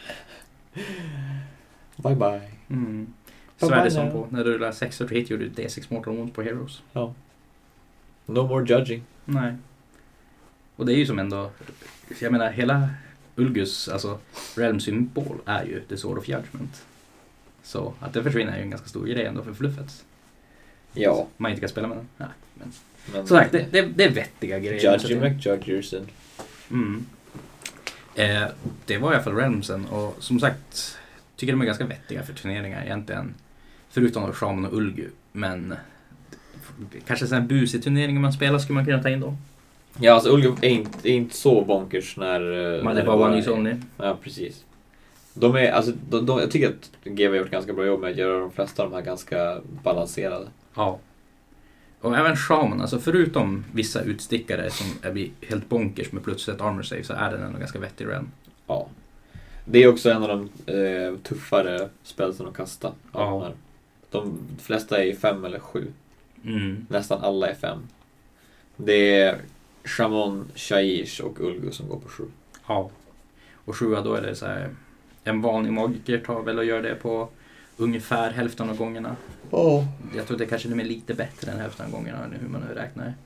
[SPEAKER 2] Bye bye.
[SPEAKER 1] Så är det som på när du rullar 6 och hit gjorde du D6 mortal wound på Heroes.
[SPEAKER 2] Ja. No more judging.
[SPEAKER 1] Nej. Och det är ju som ändå, jag menar hela Ulgus, alltså Realm-symbol är ju The Sword of Judgment. Så att det försvinner är ju en ganska stor grej ändå för fluffet.
[SPEAKER 2] Ja.
[SPEAKER 1] Man inte kan spela med den. Nej, men så sagt, det är vettiga grejer.
[SPEAKER 2] Judge yourself.
[SPEAKER 1] Det var i alla fall Realmsen och som sagt tycker de är ganska vettiga för turneringar egentligen. Förutom Shaman och Ulgu. Men kanske sådana busig turneringar man spelar skulle man kunna ta in dem.
[SPEAKER 2] Ja, alltså Ulgu är inte så bonkers när...
[SPEAKER 1] Man är bara one use only.
[SPEAKER 2] Ja, precis. De är, alltså, jag tycker att GW har gjort ganska bra jobb med att göra de flesta av de här ganska balanserade.
[SPEAKER 1] Ja. Och även Shaman, alltså förutom vissa utstickare som blir helt bonkers med plötsligt armor save så är den ändå ganska vettig realm.
[SPEAKER 2] Ja. Det är också en av de tuffare spelsen att kasta.
[SPEAKER 1] Ja.
[SPEAKER 2] De flesta är 5 eller 7.
[SPEAKER 1] Mm.
[SPEAKER 2] Nästan alla är 5. Det är Shaman, Shaiish och Ulgu som går på 7.
[SPEAKER 1] Ja. Och 7 då är det så här, en vanlig magiker tar väl och gör det på ungefär hälften av gångerna.
[SPEAKER 2] Oh.
[SPEAKER 1] Jag tror det kanske är lite bättre än hälften av gångerna hur man nu räknar.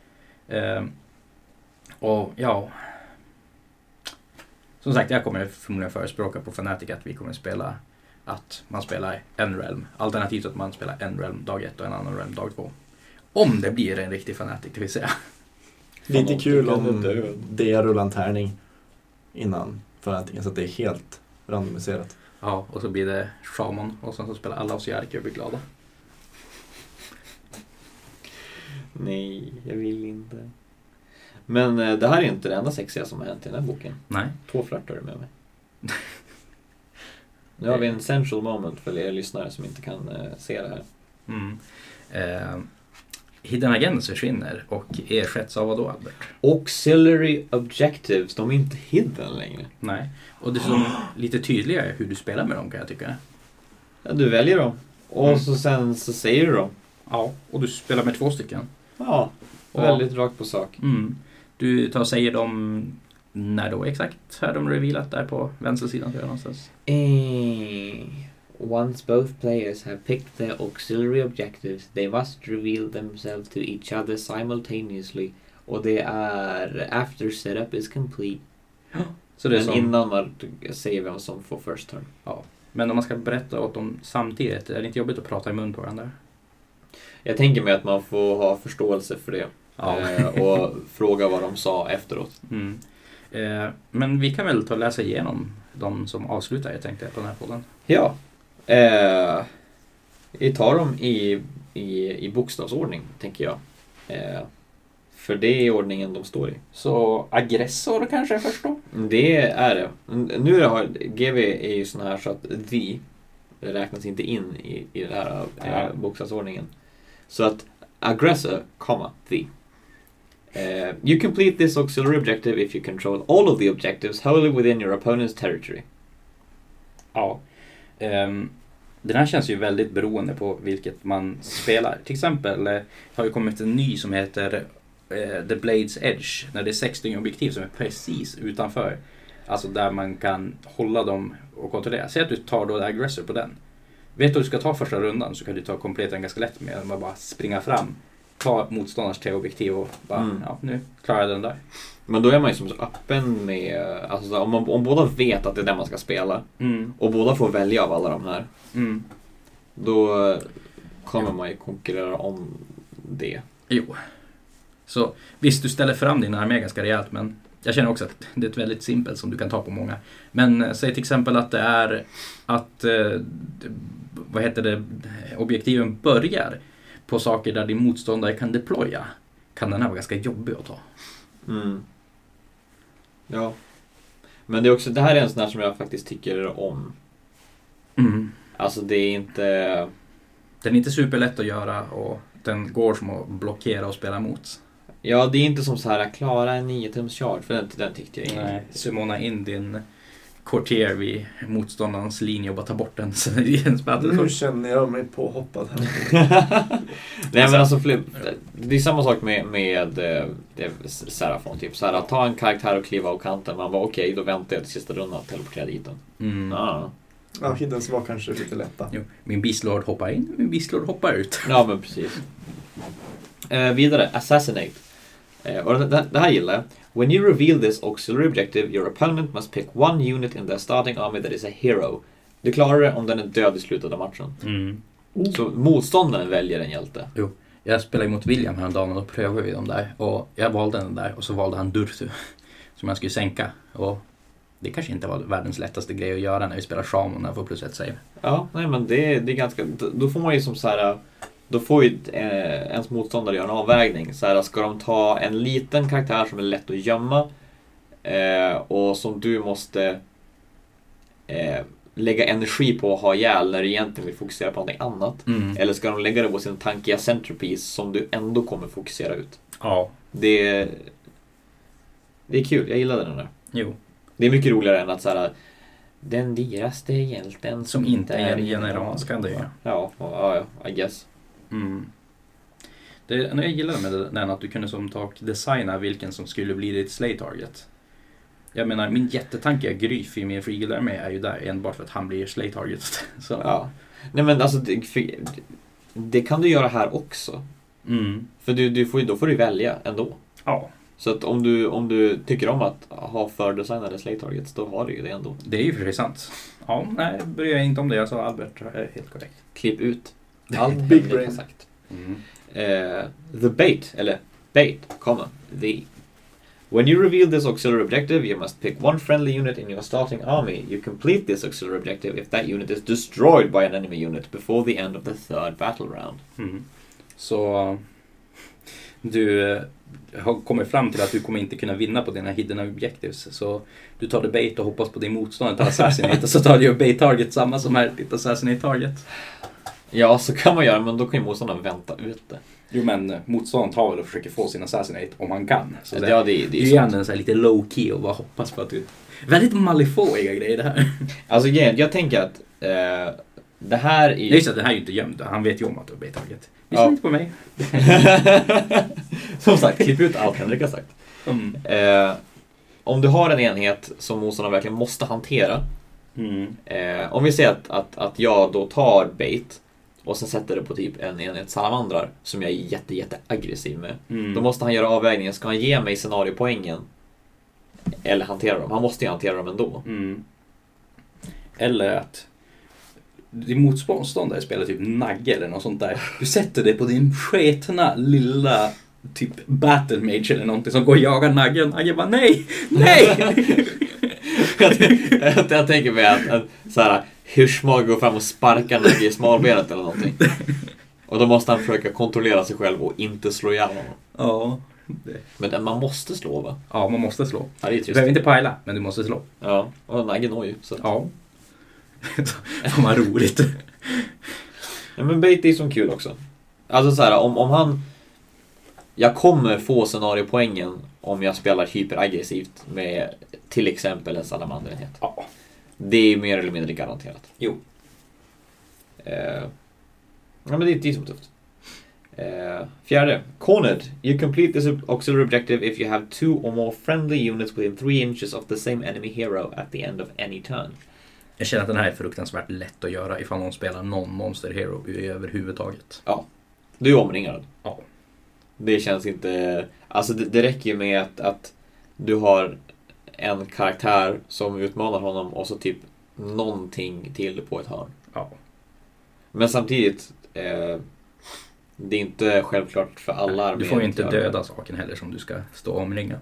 [SPEAKER 1] Och ja, som sagt jag kommer förmodligen förespråka på Fnatic att vi kommer spela att man spelar en realm. Alternativt att man spelar en realm dag 1 och en annan realm dag 2. Om det blir en riktig Fnatic, det vill säga.
[SPEAKER 3] Lite kul om det rullar en tärning innan Fnatic så att det är helt randomiserat.
[SPEAKER 1] Ja, och så blir det Shaman och sen så spelar alla oss Jerker och blir glada.
[SPEAKER 2] Nej, jag vill inte. Men det här är inte det enda sexiga som har hänt i den här boken.
[SPEAKER 1] Nej.
[SPEAKER 2] 2 flörtar med mig. Nu har vi en central moment för er lyssnare som inte kan se det här.
[SPEAKER 1] Hidden Agents försvinner och ersätts av vad då, Albert?
[SPEAKER 2] Auxiliary Objectives, de är inte hidden längre.
[SPEAKER 1] Nej, och det är som lite tydligare hur du spelar med dem kan jag tycka.
[SPEAKER 2] Ja, du väljer dem. Och så sen så säger du dem.
[SPEAKER 1] Ja, och du spelar med 2 stycken.
[SPEAKER 2] Ja, väldigt rakt på sak.
[SPEAKER 1] Du tar och säger dem när då exakt har de revealat där på vänstersidan tror jag någonstans.
[SPEAKER 2] Once both players have picked their auxiliary objectives, they must reveal themselves to each other simultaneously. Och det är after setup is complete.
[SPEAKER 1] Så det är
[SPEAKER 2] men
[SPEAKER 1] som,
[SPEAKER 2] innan man säger vem som får first turn.
[SPEAKER 1] Ja. Men om man ska berätta åt dem samtidigt, är det inte jobbigt att prata i mun på varandra?
[SPEAKER 2] Jag tänker mig att man får ha förståelse för det.
[SPEAKER 1] Ja.
[SPEAKER 2] Och fråga vad de sa efteråt.
[SPEAKER 1] Men vi kan väl ta och läsa igenom de som avslutar, jag tänkte, på den här podden.
[SPEAKER 2] Ja. Vi tar dem i bokstavsordning, tänker jag. För det är ordningen de står i.
[SPEAKER 1] Så aggressor kanske först då?
[SPEAKER 2] Det är det. Nu har GV är ju sån här så att the räknas inte in i den här bokstavsordningen. Så att aggressor, the. You complete this auxiliary objective if you control all of the objectives wholly within your opponent's territory.
[SPEAKER 1] Ja. Den här känns ju väldigt beroende på vilket man spelar. Till exempel har ju kommit en ny som heter The Blade's Edge. När det är 6 objektiv som är precis utanför. Alltså där man kan hålla dem och kontrollera. Säg att du tar då aggressor på den. Vet du att du ska ta första rundan så kan du ta kompleten ganska lätt med att bara springa fram. Ta motståndars 3 objektiv och bara, ja, nu klarar jag den där.
[SPEAKER 2] Men då är man ju som så öppen med, alltså om båda vet att det är den man ska spela och båda får välja av alla de här, då kommer man ju konkurrera om det. Jo.
[SPEAKER 1] Så visst, du ställer fram din armé ganska rejält, men jag känner också att det är ett väldigt simpelt som du kan ta på många. Men säg till exempel att det är att objektiven börjar på saker där din motståndare kan deploya. Kan den här vara ganska jobbig att ta.
[SPEAKER 2] Ja. Men det är också, det här är en sån här som jag faktiskt tycker om. Alltså det är inte...
[SPEAKER 1] Den är inte superlätt att göra och den går som att blockera och spela emot.
[SPEAKER 2] Ja, det är inte som så här klara en 9-tums charge, för den tyckte jag inte.
[SPEAKER 1] Nej, summona in din courtier vid motståndarens linje och bara ta bort den i en battle.
[SPEAKER 3] Nu känner jag mig påhoppad här.
[SPEAKER 2] Nej, men alltså det är samma sak med Seraphon typ. Så här, att ta en karaktär och kliva av kanten. Man bara okej, då väntar jag till sista rundan och teleporterar dit den.
[SPEAKER 3] Ja, hiddens var kanske lite lätta.
[SPEAKER 1] Jo, min Beastlord hoppar in, min Beastlord hoppar ut.
[SPEAKER 2] Ja, men precis. Vidare, Assassinate. Och det här gillar jag. When you reveal this auxiliary objective, your opponent must pick one unit in their starting army that is a hero. Du klarar det om den är död i slutet av matchen. Så motståndaren väljer en hjälte.
[SPEAKER 1] Jo, jag spelade mot William häromdagen och då prövade vi dem där. Och jag valde den där och så valde han Durthu som jag skulle sänka. Och Det kanske inte var världens lättaste grej att göra när vi spelar shaman och får plus 1 save.
[SPEAKER 2] Ja, nej men det är ganska... Då får man ju som så här... Då får ju ens motståndare göra en avvägning. Så här, ska de ta en liten karaktär som är lätt att gömma och som du måste lägga energi på att ha ihjäl när du egentligen vill fokusera på något annat. Eller ska de lägga det på sin tankiga centerpiece som du ändå kommer fokusera ut.
[SPEAKER 1] Ja.
[SPEAKER 2] Det är kul, jag gillar den där.
[SPEAKER 1] Jo.
[SPEAKER 2] Det är mycket roligare än att så här, den dyraste hjälten
[SPEAKER 1] som inte är en general ska det ju.
[SPEAKER 2] Ja, I guess.
[SPEAKER 1] Jag gillar med den att du kunde som tak designa vilken som skulle bli ditt slay target. Jag menar, min jättetanke Gryf i min frigilarmé är ju där enbart för att han blir slay target. Så.
[SPEAKER 2] Ja. Nej men alltså det kan du göra här också. För då får du välja ändå.
[SPEAKER 1] Ja.
[SPEAKER 2] Så att om du tycker om att ha fördesignade slay targets, då har du ju det ändå.
[SPEAKER 1] Det är ju för sig sant. Ja, nej, bryr jag inte om det. Jag sa Albert är helt korrekt.
[SPEAKER 2] Klipp ut allt
[SPEAKER 3] Big brain
[SPEAKER 2] sagt. The bait, eller bait, the. When you reveal this auxiliary objective, you must pick one friendly unit in your starting army. You complete this auxiliary objective if that unit is destroyed by an enemy unit before the end of the third battle round.
[SPEAKER 1] Så du har kommit fram till att du kommer inte kunna vinna på dina hidden objectives. Så du tar det bait och hoppas på din motståndare tar assassinate och så tar du ju bait target samma som här ditt assassinate target.
[SPEAKER 2] Ja, så kan man göra, men då kan ju motståndaren vänta ut det.
[SPEAKER 1] Jo, men motståndaren tar väl och försöker få sin assassinate om han kan. Så
[SPEAKER 2] det är
[SPEAKER 1] ju en så här lite low key och bara hoppas på att du... Väldigt malifåiga grejer det här.
[SPEAKER 2] Alltså jag tänker att det här är...
[SPEAKER 1] Just att det här är ju inte gömd. Han vet ju om att du har bait target. Lyssna inte på mig.
[SPEAKER 2] Som sagt, klipp ut allt Henrik har sagt. Om du har en enhet som motståndaren verkligen måste hantera. Om vi säger att jag då tar bait och sen sätter det på typ en enhet salamandrar som jag är jätte aggressiv med. Då måste han göra avvägningen. Ska han ge mig scenariopoängen eller hantera dem? Han måste ju hantera dem ändå.
[SPEAKER 1] Eller att din motståndare spelar typ nagge eller något sånt där. Du sätter det på din sketna lilla typ battle mage eller någonting som går och jagar nagge och nagge bara nej!
[SPEAKER 2] Jag tänker mig att så här, Hirschmag går fram och sparkar nagge i smalbenet eller någonting. Och då måste han försöka kontrollera sig själv och inte slå ihjäl honom.
[SPEAKER 1] Ja.
[SPEAKER 2] Men man måste slå, va?
[SPEAKER 1] Ja, man måste slå.
[SPEAKER 2] Ja,
[SPEAKER 1] du behöver inte pajla, men du måste slå.
[SPEAKER 2] Ja, och nagge når ju. Så.
[SPEAKER 1] Ja. Det var roligt.
[SPEAKER 2] Ja, men bait är som kul också. Alltså så här, om han... Jag kommer få scenariopoängen om jag spelar hyperaggressivt med till exempel en salamanderenhet.
[SPEAKER 1] Ja.
[SPEAKER 2] Det är mer eller mindre garanterat.
[SPEAKER 1] Jo.
[SPEAKER 2] Ja, men det är så tufft. Fjärde. Cornered. You complete this auxiliary objective if you have 2 or more friendly units within 3 inches of the same enemy hero at the end of any turn.
[SPEAKER 1] Jag känner att den här är fruktansvärt lätt att göra ifall någon spelar någon monster hero överhuvudtaget.
[SPEAKER 2] Ja. Du är omringad.
[SPEAKER 1] Ja.
[SPEAKER 2] Det känns inte... Alltså det räcker ju med att du har en karaktär som utmanar honom och så typ någonting till på ett hörn.
[SPEAKER 1] Ja.
[SPEAKER 2] Men samtidigt det är inte självklart för alla arméer.
[SPEAKER 1] Du får ju inte döda saken heller som du ska stå och omringa.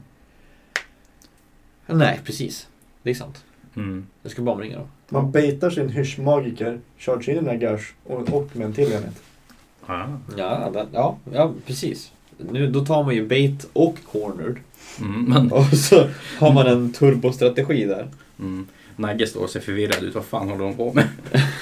[SPEAKER 2] Nej, precis. Det är sant. Jag ska bara omringa då.
[SPEAKER 3] Man baitar sin hyschmagiker, charge in i Nagash och med en till enhet.
[SPEAKER 2] Ja, precis. Nu, då tar man ju bait och cornered.
[SPEAKER 1] Men...
[SPEAKER 2] Och så har man en turbostrategi där.
[SPEAKER 1] Nagge står och ser förvirrad ut. Vad fan håller de på med?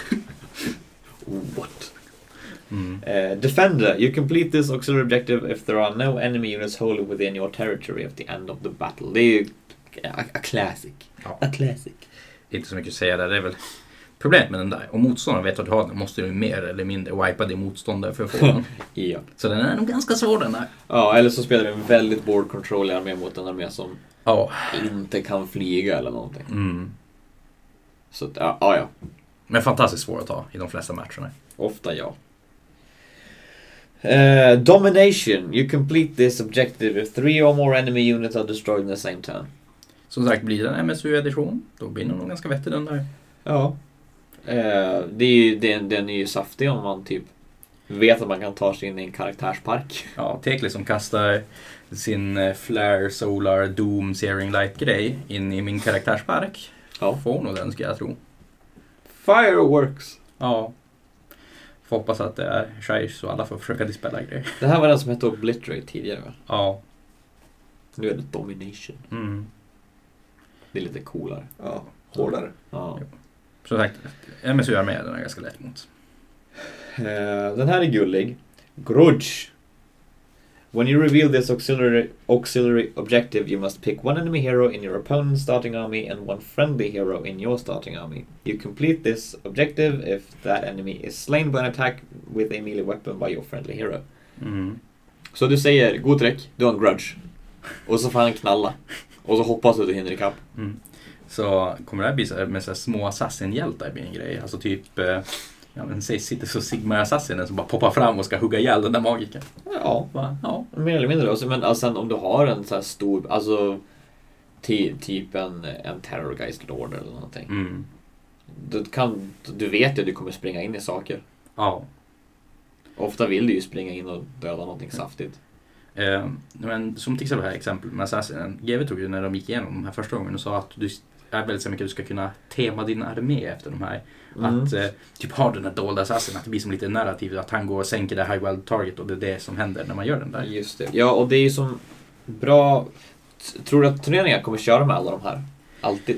[SPEAKER 2] What? Defender. You complete this auxiliary objective if there are no enemy units wholly within your territory at the end of the battle. Det är ju a classic.
[SPEAKER 1] Ja.
[SPEAKER 2] A classic.
[SPEAKER 1] Inte så mycket att säga där. Det är väl problemet med den där. Om motståndaren vet att du har den måste du mer eller mindre wipa din motståndare för att få den.
[SPEAKER 2] Ja.
[SPEAKER 1] Så den är nog ganska svår den där.
[SPEAKER 2] Ja, eller så spelar vi en väldigt board control armé mot en armé som inte kan flyga eller någonting. Så ja.
[SPEAKER 1] Men fantastiskt svår att ta i de flesta matcherna.
[SPEAKER 2] Ofta ja. Domination. You complete this objective if 3 or more enemy units are destroyed in the same turn.
[SPEAKER 1] Som sagt, blir det en MSU-edition, då blir det nog ganska vettig den där.
[SPEAKER 2] Ja. Den är ju saftig om man typ vet att man kan ta sig in i en karaktärspark.
[SPEAKER 1] Ja, Tekli som kastar sin Flare, Solar, Doom, Searing Light-grej in i min karaktärspark.
[SPEAKER 2] Ja.
[SPEAKER 1] Får nog den, ska jag tro.
[SPEAKER 2] Fireworks!
[SPEAKER 1] Ja. Får hoppas att det är Shire så alla får försöka dispella grejer.
[SPEAKER 2] Det här var den som hette Obliterate tidigare, va?
[SPEAKER 1] Ja.
[SPEAKER 2] Nu är det Domination.
[SPEAKER 1] Mm.
[SPEAKER 2] Det är lite coolare.
[SPEAKER 3] Ja, hårdare.
[SPEAKER 2] Ja.
[SPEAKER 1] Som sagt, MSU med den är ganska lätt mot.
[SPEAKER 2] Den här är gullig. Grudge. When you reveal this auxiliary objective, you must pick one enemy hero in your opponent's starting army and one friendly hero in your starting army. You complete this objective if that enemy is slain by an attack with a melee weapon by your friendly hero.
[SPEAKER 1] Mm.
[SPEAKER 2] Så du säger, Gotrek, du har en grudge. Och så får han knalla. Och så hoppas du hinner ikapp.
[SPEAKER 1] Mm. Så kommer det här bli så här med så här små assassin-hjältar blir en grej. Alltså typ, ja men säg sitter så Sigmar-assassinen som bara poppar fram och ska hugga ihjäl den där magiken.
[SPEAKER 2] Ja,
[SPEAKER 1] ja.
[SPEAKER 2] Mer eller mindre. Och men alltså, om du har en så här stor, alltså typ en Terrorgeist Lord eller någonting.
[SPEAKER 1] Mm.
[SPEAKER 2] Du vet ju att du kommer springa in i saker.
[SPEAKER 1] Ja.
[SPEAKER 2] Ofta vill du ju springa in och döda någonting saftigt.
[SPEAKER 1] Men som till exempel det här exemplet med assassinen. GW tog ju när de gick igenom de här första gången och sa att du är väldigt så mycket du ska kunna tema din armé efter de här. Att typ har den här dolda assassin, att det blir som lite narrativ att han går och sänker det high wild target och det är det som händer när man gör den där.
[SPEAKER 2] Just det. Ja, och det är ju som bra. Tror du att turneringar kommer köra med alla de här? Alltid?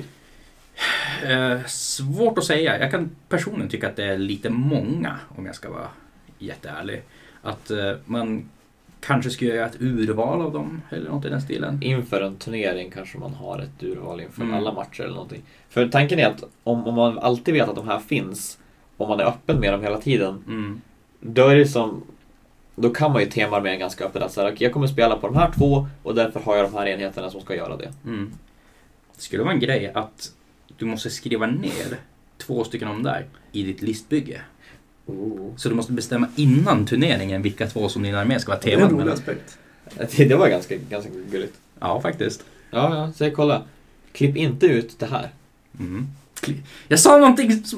[SPEAKER 1] Svårt att säga. Jag kan personligen tycka att det är lite många, om jag ska vara jätteärlig. Att man kanske ska göra ett urval av dem eller något i den stilen.
[SPEAKER 2] Inför en turnering kanske man har ett urval inför alla matcher eller någonting. För tanken är att om man alltid vet att de här finns, om man är öppen med dem hela tiden, då är det som, då kan man ju tema med en ganska öppet att säga, okay, jag kommer spela på de här två och därför har jag de här enheterna som ska göra det.
[SPEAKER 1] Det skulle vara en grej att du måste skriva ner 2 stycken om där i ditt listbygge. Så du måste bestämma innan turneringen vilka 2 som din armé ska vara temat.
[SPEAKER 3] Det är en rolig aspekt.
[SPEAKER 2] Det var ganska gulligt.
[SPEAKER 1] Ja, faktiskt.
[SPEAKER 2] Ja, så kolla. Klipp inte ut det här.
[SPEAKER 1] Jag sa någonting som...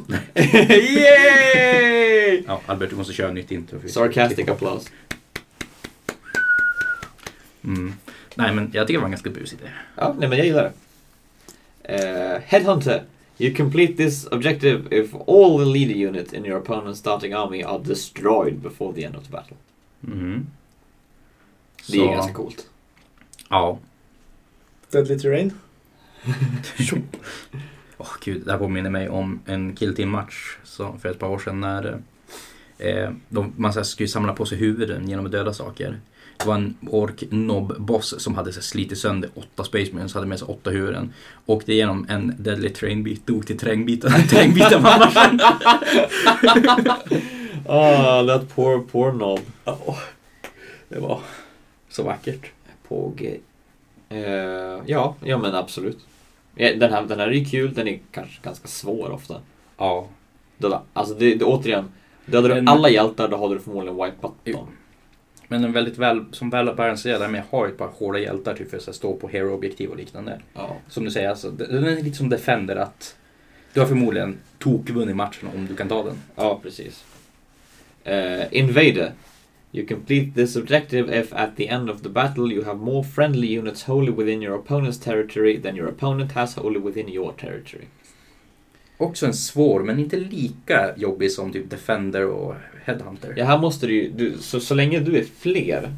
[SPEAKER 2] Yay!
[SPEAKER 1] Ja, Albert, du måste köra nytt intro.
[SPEAKER 2] Sarcastic applause.
[SPEAKER 1] Nej, men jag tycker det var en ganska busig idé.
[SPEAKER 2] Ja, nej men jag gillar det. Headhunter. You complete this objective if all the leader units in your opponent's starting army are destroyed before the end of the battle. Det är ganska coolt.
[SPEAKER 1] Ja.
[SPEAKER 3] Deadly Terrain.
[SPEAKER 1] Gud, det här påminner mig om en Kill Team-match för ett par år sedan när man skulle samla på sig huvuden genom att döda saker. Det var en ork-nobb-boss som hade slitit sönder 8 Space Marines, hade med sig 8 huvuden. Åkte igenom en Deadly Terrain-bit, dog till terrängbiten var matchen.
[SPEAKER 2] That poor nobb.
[SPEAKER 1] Det var så vackert.
[SPEAKER 2] Ja, men absolut. Den här är ju kul, den är kanske ganska svår ofta.
[SPEAKER 1] Ja.
[SPEAKER 2] Alltså det återigen, dödar du alla hjältar, då har du förmodligen wipeat dem.
[SPEAKER 1] Men en väldigt som väl balanserad där med har ett par hårda hjältar typ för att stå på hero-objektiv och liknande.
[SPEAKER 2] Ja.
[SPEAKER 1] Som du säger, alltså, den är lite som Defender att du har förmodligen tokvunnit matchen om du kan ta den.
[SPEAKER 2] Ja, precis. Invader. You complete this objective if at the end of the battle you have more friendly units wholly within your opponent's territory than your opponent has wholly within your territory.
[SPEAKER 1] Också en svår, men inte lika jobbig som typ Defender och Headhunter.
[SPEAKER 2] Ja, här måste du så länge du är fler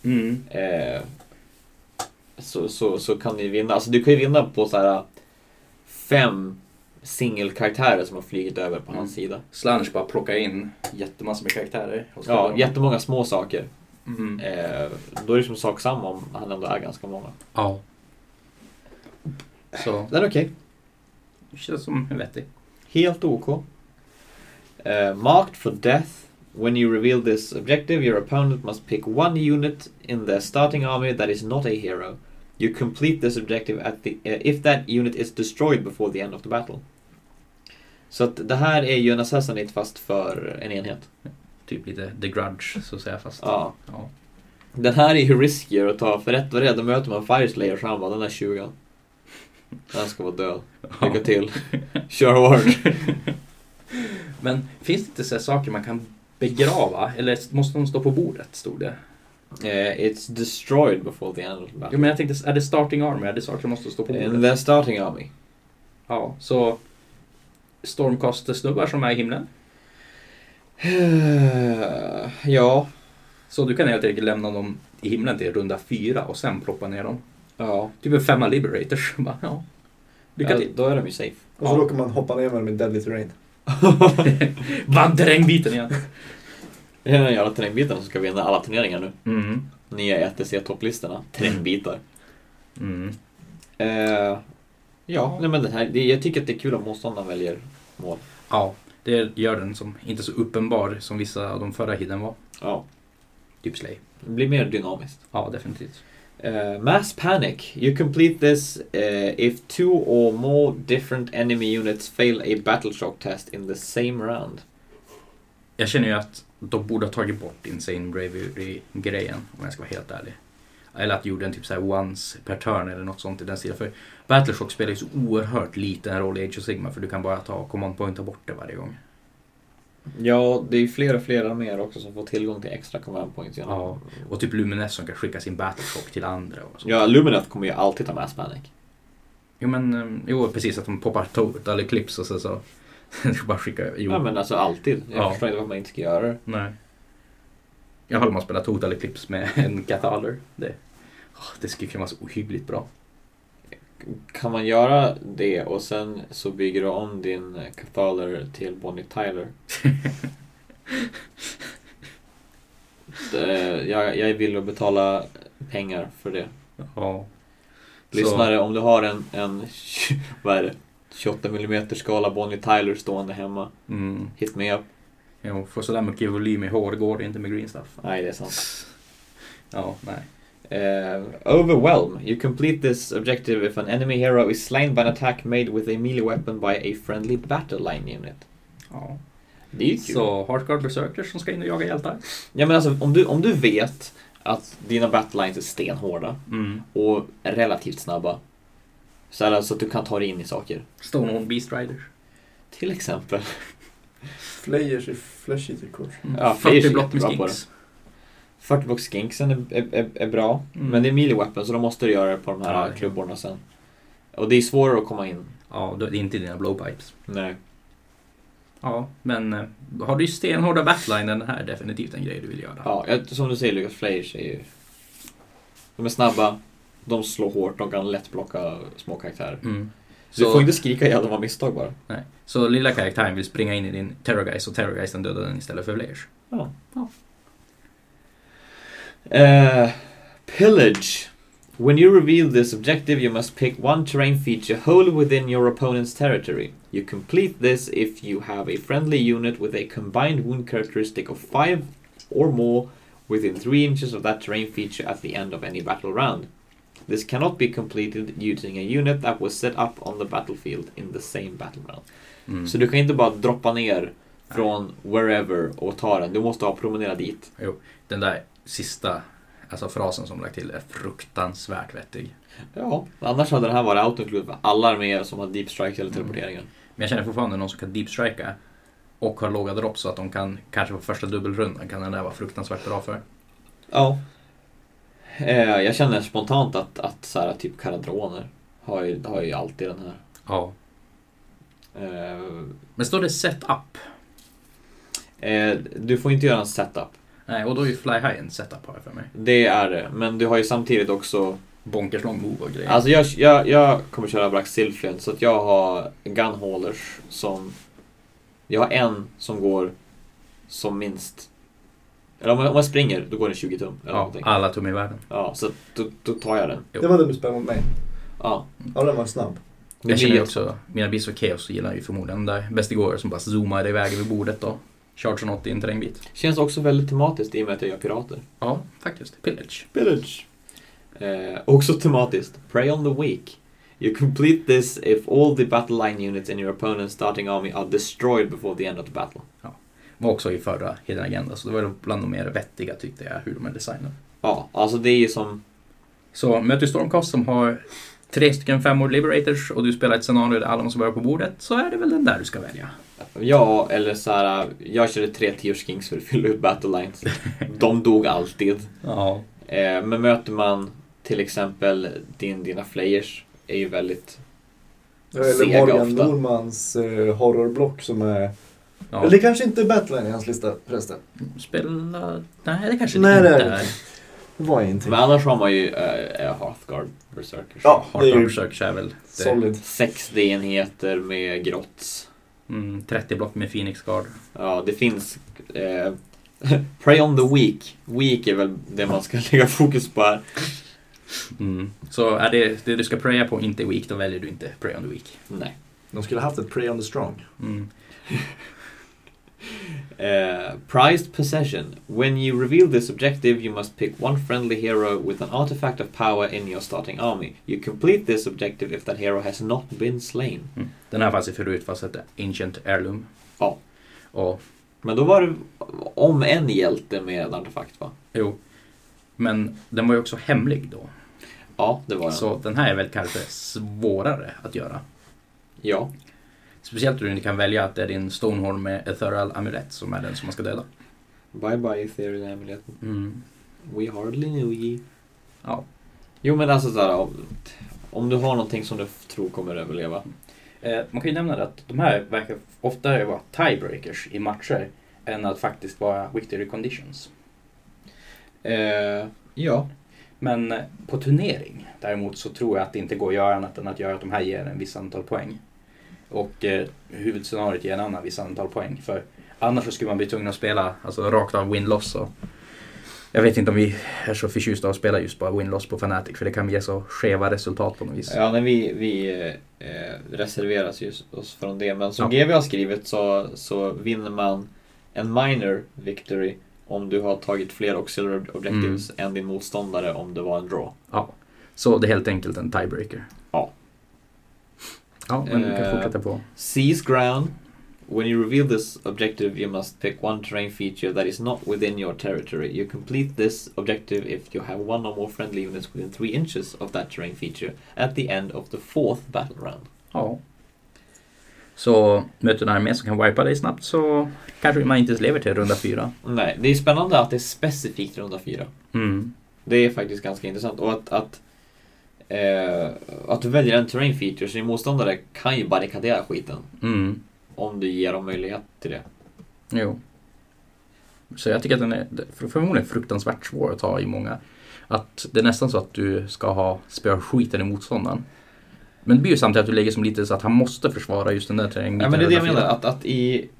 [SPEAKER 2] så kan ni vinna. Alltså du kan ju vinna på så här 5 singelkaraktärer som har flygit över på hans sida.
[SPEAKER 1] Slunge bara plocka in jättemassor med karaktärer.
[SPEAKER 2] Ja, jättemånga små saker. Då är det som sak samma om han ändå är ganska många.
[SPEAKER 1] Ja. Så.
[SPEAKER 2] Den är okej.
[SPEAKER 1] Det känns som en vettig.
[SPEAKER 2] Helt OK. Marked for death. When you reveal this objective, your opponent must pick one unit in their starting army that is not a hero. You complete this objective if that unit is destroyed before the end of the battle. Så att det här är ju en assassinate fast för en enhet.
[SPEAKER 1] Typ lite The Grudge så att säga fast.
[SPEAKER 2] Ja. Den här är ju riskier att ta för rätt och rätt. Då möter man Fireslayer så han bara, den är 20. Den ska vara död. Lycka till. Kör hårt.
[SPEAKER 1] Men finns det inte så saker man kan begrava? Eller måste de stå på bordet, stod det?
[SPEAKER 2] It's destroyed before the end of the battle.
[SPEAKER 1] Jo, men jag tänkte, är det starting army? Är det saker som måste stå på bordet?
[SPEAKER 2] The starting army.
[SPEAKER 1] Ja, så Stormcaster-snubbar som är i himlen?
[SPEAKER 2] Ja.
[SPEAKER 1] Så du kan helt enkelt lämna dem i himlen till runda 4 och sen ploppa ner dem.
[SPEAKER 2] Ja.
[SPEAKER 1] Typ 5 Liberators. Bara, ja. Lycka till.
[SPEAKER 2] Då är de ju safe.
[SPEAKER 3] Och så råkar man hoppa ner med Deadly Terrain.
[SPEAKER 1] Vann terrängbiten igen.
[SPEAKER 2] Det är den jävla terrängbiten som ska vinna alla turneringar nu.
[SPEAKER 1] Mm.
[SPEAKER 2] Nya ETC-topplistorna. Terrängbitar.
[SPEAKER 1] Mm.
[SPEAKER 2] Ja, nej, men det här, jag tycker att det är kul om motståndaren väljer mål.
[SPEAKER 1] Ja, det gör den som inte så uppenbar som vissa av de förra hidden var.
[SPEAKER 2] Ja.
[SPEAKER 1] Typ Slay.
[SPEAKER 2] Det blir mer dynamiskt.
[SPEAKER 1] Ja, definitivt.
[SPEAKER 2] Mass Panic. You complete this if 2 or more different enemy units fail a battle shock test in the same round.
[SPEAKER 1] Jag känner ju att de borde ha tagit bort Insane Bravery-grejen, om jag ska vara helt ärlig. Eller att gjorde en typ så här once per turn eller något sånt i den stilen. För Battleshock spelar ju så oerhört liten roll i Age of Sigmar, för du kan bara ta command point och bort det varje gång.
[SPEAKER 2] Ja, det är ju flera mer också som får tillgång till extra command points.
[SPEAKER 1] Ja, och typ Lumineth som kan skicka sin Battleshock till andra. Och sånt.
[SPEAKER 2] Ja, Lumineth kommer ju alltid ta Mass Panic.
[SPEAKER 1] Jo, precis, att de poppar Total Eclipse och så bara skicka. Jo.
[SPEAKER 2] Ja, men alltså alltid. Jag förstår inte varför man inte ska göra det.
[SPEAKER 1] Nej. Jag håller med att spela Total Eclipse med en Cathaler. Det skulle kunna vara så ohyggligt bra.
[SPEAKER 2] Kan man göra det och sen så bygger du om din Cathaler till Bonnie Tyler? Jag vill betala pengar för det.
[SPEAKER 1] Ja.
[SPEAKER 2] Lyssnare, så om du har en vad är det? 28 mm skala Bonnie Tyler stående hemma. Hit me up.
[SPEAKER 1] Jo, för sådär mycket volym i hår går det inte med green stuff.
[SPEAKER 2] Nej, det är sant.
[SPEAKER 1] Ja, nej.
[SPEAKER 2] Overwhelm. You complete this objective if an enemy hero is slain by an attack made with a melee weapon by a friendly battle line unit.
[SPEAKER 1] Ja.
[SPEAKER 2] Det är ju kul.
[SPEAKER 1] Så Heartguard Berserkers som ska in och jaga hjältar.
[SPEAKER 2] Ja, men alltså om du vet att dina battle lines är stenhårda och relativt snabba, så är det alltså att du kan ta dig in i saker.
[SPEAKER 1] Stonehorn Beast Riders.
[SPEAKER 2] Till exempel.
[SPEAKER 3] Flayers i Flesh Eater Course.
[SPEAKER 2] Ja,
[SPEAKER 1] 40 block med skinks.
[SPEAKER 2] 40 block skinksen är bra. Men det är melee weapon, så då måste du göra det på de här klubborna sen. Och det är svårare att komma in.
[SPEAKER 1] Ja, det är inte dina blowpipes.
[SPEAKER 2] Nej.
[SPEAKER 1] Ja, men har du stenhårda batlinen, den här är definitivt en grej du vill göra.
[SPEAKER 2] Ja, som du säger, Lucas, Flayers är ju... De är snabba, de slår hårt, de kan lätt blocka små karaktärer. Så du får inte skrika ihjäl dem av misstag bara.
[SPEAKER 1] Nej. Så lilla karaktären vill springa in i din Terrorgeist och Terrorgeisten dödar den istället för Flayers.
[SPEAKER 2] Ja. Pillage. When you reveal this objective, you must pick one terrain feature wholly within your opponent's territory. You complete this if you have a friendly unit with a combined wound characteristic of 5 or more within 3 inches of that terrain feature at the end of any battle round. This cannot be completed using a unit that was set up on the battlefield in the same battle round. Så du kan inte bara droppa ner från wherever och ta den. Du måste ha promenerat dit.
[SPEAKER 1] Jo, den där sista frasen som lagt till är fruktansvärt vettig.
[SPEAKER 2] Ja, annars hade det här varit autoinclude för alla arméer som har deep strike eller teleporteringen.
[SPEAKER 1] Men jag känner fortfarande någon som kan deep strika och har låga dropp så att de kan, kanske på första dubbelrundan kan den där vara fruktansvärt bra för.
[SPEAKER 2] Ja. Jag känner spontant att så här, typ Karadroner har ju alltid den här.
[SPEAKER 1] Ja. Men står det setup?
[SPEAKER 2] Du får inte göra en setup.
[SPEAKER 1] Nej, och då är ju Fly High en setup har jag för mig.
[SPEAKER 2] Det är det, men du har ju samtidigt också
[SPEAKER 1] bonkers long move och grejer.
[SPEAKER 2] Alltså jag kommer köra Brax Sylphian, så att jag har gunhaulers som... Jag har en som går som minst... Eller om jag springer, då går den 20 tum. Eller någonting.
[SPEAKER 1] Alla tum i världen.
[SPEAKER 2] Ja, så då tar jag den.
[SPEAKER 3] Det var det du spelade mot mig.
[SPEAKER 2] Ja.
[SPEAKER 3] Ja, den var snabb.
[SPEAKER 1] Jag känner också, mina Beasts of Chaos gillar ju förmodligen där bäst igår som bara zoomade iväg vid bordet då. Charge något i en terrängbit.
[SPEAKER 2] Känns också väldigt tematiskt i och med att jag gör pirater.
[SPEAKER 1] Ja, faktiskt. Pillage.
[SPEAKER 2] Också tematiskt. Prey on the weak. You complete this if all the battle line units in your opponent's starting army are destroyed before the end of the battle.
[SPEAKER 1] Ja. Var också i förra Hidden Agenda, så det var bland de mer vettiga tyckte jag hur de är designade.
[SPEAKER 2] Ja, alltså det är ju som...
[SPEAKER 1] Så möter du Stormcast som har 3 stycken 5-ord Liberators och du spelar ett scenario där alla måste vara på bordet, så är det väl den där du ska välja.
[SPEAKER 2] Ja, eller så här, jag körde 3 10-års Kings för att fylla ut Battle Lines. De dog alltid.
[SPEAKER 1] Ja.
[SPEAKER 2] Men möter man till exempel dina Flayers är ju väldigt
[SPEAKER 3] eller Morgan Normans horrorblock som är... Ja. Eller kanske inte Battleline i hans lista förresten.
[SPEAKER 1] Nej, det kanske inte är.
[SPEAKER 3] Det var ingenting.
[SPEAKER 2] Men annars har man ju Hearthguard Berserkers.
[SPEAKER 3] Ja,
[SPEAKER 1] Hearthguard Berserkers är väl
[SPEAKER 3] solid.
[SPEAKER 2] 6 D-enheter med grotts.
[SPEAKER 1] 30 block med Phoenix Guard.
[SPEAKER 2] Ja, det finns Prey on the Weak. Weak är väl det man ska lägga fokus på här.
[SPEAKER 1] Så är det du ska praya på inte weak, då väljer du inte Prey on the Weak.
[SPEAKER 2] Nej.
[SPEAKER 3] De skulle haft ett Prey on the Strong.
[SPEAKER 2] Prized possession. When you reveal this objective, you must pick one friendly hero with an artifact of power in your starting army. You complete this objective if that hero has not been slain.
[SPEAKER 1] Den här fanns ju förut fast ett Ancient Heirloom.
[SPEAKER 2] Ja.
[SPEAKER 1] Och
[SPEAKER 2] men då var det om en hjälte med en artefakt, va?
[SPEAKER 1] Jo. Men den var ju också hemlig då.
[SPEAKER 2] Ja, det var den.
[SPEAKER 1] Så den här är väl kanske svårare att göra.
[SPEAKER 2] Ja.
[SPEAKER 1] Speciellt om du kan välja att det är din Stonehorn med Ethereal Amulett som är den som man ska döda.
[SPEAKER 2] Bye bye Ethereal Amulett. We hardly knew ye.
[SPEAKER 1] Ja.
[SPEAKER 2] Jo, men alltså såhär, om du har någonting som du tror kommer överleva.
[SPEAKER 1] Man kan ju nämna att de här verkar oftare vara tiebreakers i matcher än att faktiskt vara victory conditions.
[SPEAKER 2] Ja.
[SPEAKER 1] Men på turnering däremot så tror jag att det inte går att göra annat än att göra att de här ger en viss antal poäng. Och huvudscenariot ger en annan viss antal poäng. För annars så skulle man bli tvungen att spela alltså, rakt av win-loss. Och jag vet inte om vi är så förtjusta att spela just bara win-loss på Fnatic. För det kan ge så skeva resultat på något vis.
[SPEAKER 2] Ja, men vi reserveras ju oss från det. Men som GV har skrivit så vinner man en minor victory om du har tagit fler auxiliary objectives än din motståndare om det var en draw.
[SPEAKER 1] Ja, så det är helt enkelt en tiebreaker.
[SPEAKER 2] Ja.
[SPEAKER 1] Ja, men du kan fortsätta på.
[SPEAKER 2] Seize ground. When you reveal this objective, you must pick one terrain feature that is not within your territory. You complete this objective if you have one or more friendly units within 3 inches of that terrain feature at the end of the 4th battle round.
[SPEAKER 1] Ja. Så möter du en armé som kan wipa dig snabbt så kanske man inte lever till runda 4.
[SPEAKER 2] Nej, det är spännande att det är specifikt runda 4. Det är faktiskt ganska intressant. Och att du väljer en terrain feature så din motståndare kan ju barrikadera skiten. Om du ger dem möjlighet till det.
[SPEAKER 1] Jo. Så jag tycker att den är förmodligen fruktansvärt svår att ta i många. Att det är nästan så att du ska ha spöa skiten i motståndaren. Men det blir ju samtidigt att du lägger som lite så att han måste försvara just den där terrängen.
[SPEAKER 2] Ja, men det är det jag menar. Att i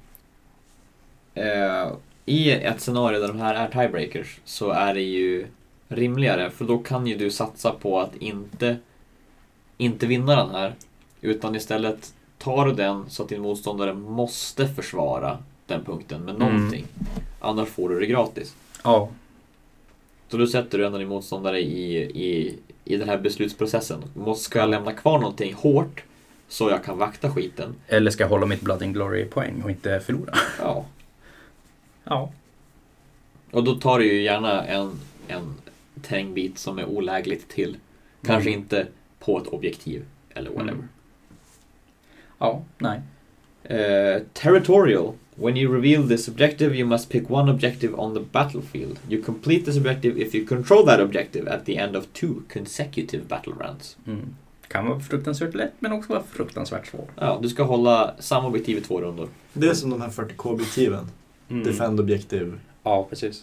[SPEAKER 2] ett scenario där de här är tiebreakers så är det ju rimligare. För då kan ju du satsa på att inte vinna den här. Utan istället tar du den så att din motståndare måste försvara den punkten med någonting. Annars får du det gratis.
[SPEAKER 1] Ja.
[SPEAKER 2] Så då sätter du ändå din motståndare i den här beslutsprocessen. Ska jag lämna kvar någonting hårt så jag kan vakta skiten?
[SPEAKER 1] Eller ska jag hålla mitt Blood and Glory-poäng och inte förlora?
[SPEAKER 2] Ja.
[SPEAKER 1] Ja.
[SPEAKER 2] Och då tar du ju gärna en terrängbit som är olägligt till. Kanske inte på ett objektiv eller whatever.
[SPEAKER 1] Ja, nej.
[SPEAKER 2] Territorial. When you reveal this objective, you must pick one objective on the battlefield. You complete this objective if you control that objective at the end of 2 consecutive battle rounds.
[SPEAKER 1] Kan vara fruktansvärt lätt, men också vara fruktansvärt svårt.
[SPEAKER 2] Ja, du ska hålla samma objektiv i 2 rundor.
[SPEAKER 3] Det är som de här 40K-objektiven. Defend-objektiv.
[SPEAKER 1] Ja, precis.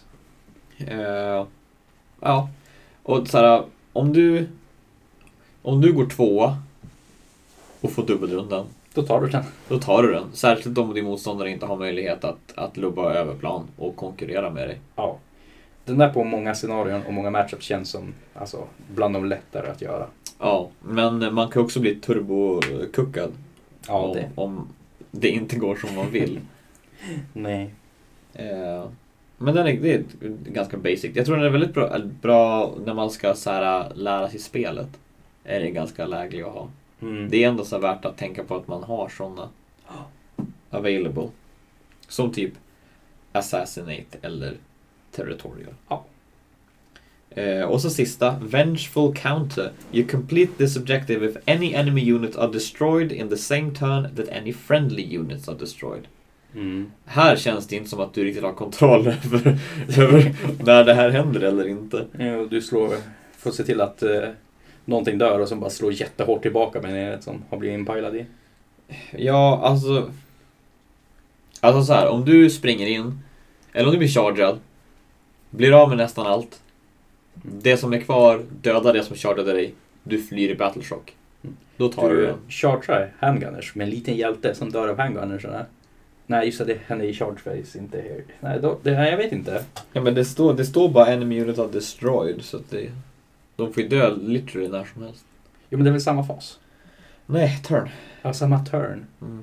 [SPEAKER 2] Ja. Och såhär, om du går 2 och får dubbelrundan,
[SPEAKER 1] då tar du den.
[SPEAKER 2] Då tar du den. Särskilt om din motståndare inte har möjlighet att lubba över plan och konkurrera med dig.
[SPEAKER 1] Ja. Den där på många scenarion och många matchups känns som alltså, bland de lättare att göra.
[SPEAKER 2] Ja, men man kan också bli turbokuckad.
[SPEAKER 1] Ja,
[SPEAKER 2] om det inte går som man vill.
[SPEAKER 1] Nej.
[SPEAKER 2] Men det är ganska basic. Jag tror den är väldigt bra när man ska så här, lära sig spelet. Är det ganska läglig att ha. Det är ändå så värt att tänka på att man har sådana available. Som typ Assassinate eller Territorial.
[SPEAKER 1] Ja.
[SPEAKER 2] Och så sista, Vengeful Counter. You complete this objective if any enemy units are destroyed in the same turn that any friendly units are destroyed. Här känns det inte som att du riktigt har kontroll över när det här händer eller inte.
[SPEAKER 1] Ja, du får se till att någonting dör och som bara slår jättehårt tillbaka med en enhet som har blivit inpilad i.
[SPEAKER 2] Ja, alltså så här, om du springer in eller om du blir chargad, blir av med nästan allt. Det som är kvar dödar det som chargade dig. Du flyr i battle shock. Då tar du den.
[SPEAKER 1] Chargear handgunners med en liten hjälte som dör av handgunners. Nej, just det händer i charge phase, inte här. Nej, jag vet inte.
[SPEAKER 2] Ja, men det står bara enemy unit are destroyed, så att de får ju dö literally när som helst.
[SPEAKER 1] Jo, men det är väl samma fas?
[SPEAKER 2] Nej, turn.
[SPEAKER 1] Ja, samma turn.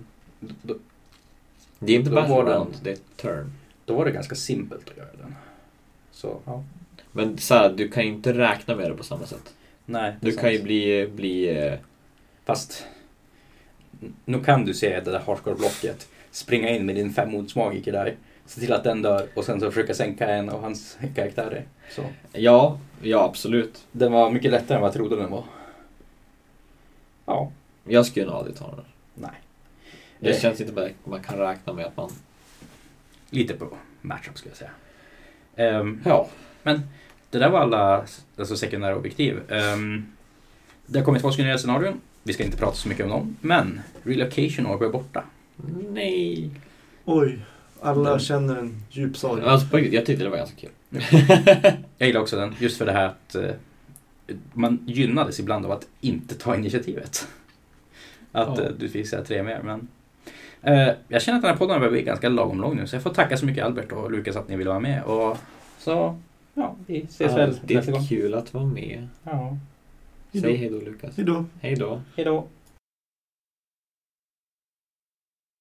[SPEAKER 2] Det är inte battle round, det är turn.
[SPEAKER 1] Då var det ganska simpelt att göra den. Så, ja.
[SPEAKER 2] Men så här, du kan ju inte räkna med det på samma sätt.
[SPEAKER 1] Nej.
[SPEAKER 2] Du kan ju bli
[SPEAKER 1] Fast nu kan du se det där hardcore-blocket. Springa in med din 5-modsmagiker där. Se till att den dör och sen så försöka sänka en av hans karaktärer. Så.
[SPEAKER 2] Ja, absolut.
[SPEAKER 1] Den var mycket lättare än vad jag trodde den var. Ja.
[SPEAKER 2] Jag skulle nog aldrig ta den.
[SPEAKER 1] Nej.
[SPEAKER 2] Det känns inte bara man kan räkna med att man...
[SPEAKER 1] Lite på matchup skulle jag säga.
[SPEAKER 2] Ja.
[SPEAKER 1] Men det där var alla alltså sekundära objektiv. Det har kommit 2 nya scenarion. Vi ska inte prata så mycket om dem. Men Relocation Orb är borta.
[SPEAKER 2] Nej.
[SPEAKER 3] Oj, alla känner en djup sorg.
[SPEAKER 2] Alltså, jag tyckte det var ganska kul.
[SPEAKER 1] Jag gillar också den. Just för det här att man gynnades ibland av att inte ta initiativet. Att du fick säga 3 mer. Men jag känner att den här podden börjar bli ganska lagom lång nu. Så jag får tacka så mycket Albert och Lukas att ni vill vara med. Och så, ja, vi ses väl nästa gång.
[SPEAKER 2] Det är kul att vara med.
[SPEAKER 1] Ja.
[SPEAKER 2] Säg hej då, Lukas.
[SPEAKER 3] Hej då.
[SPEAKER 2] Hej då.
[SPEAKER 1] Hej då.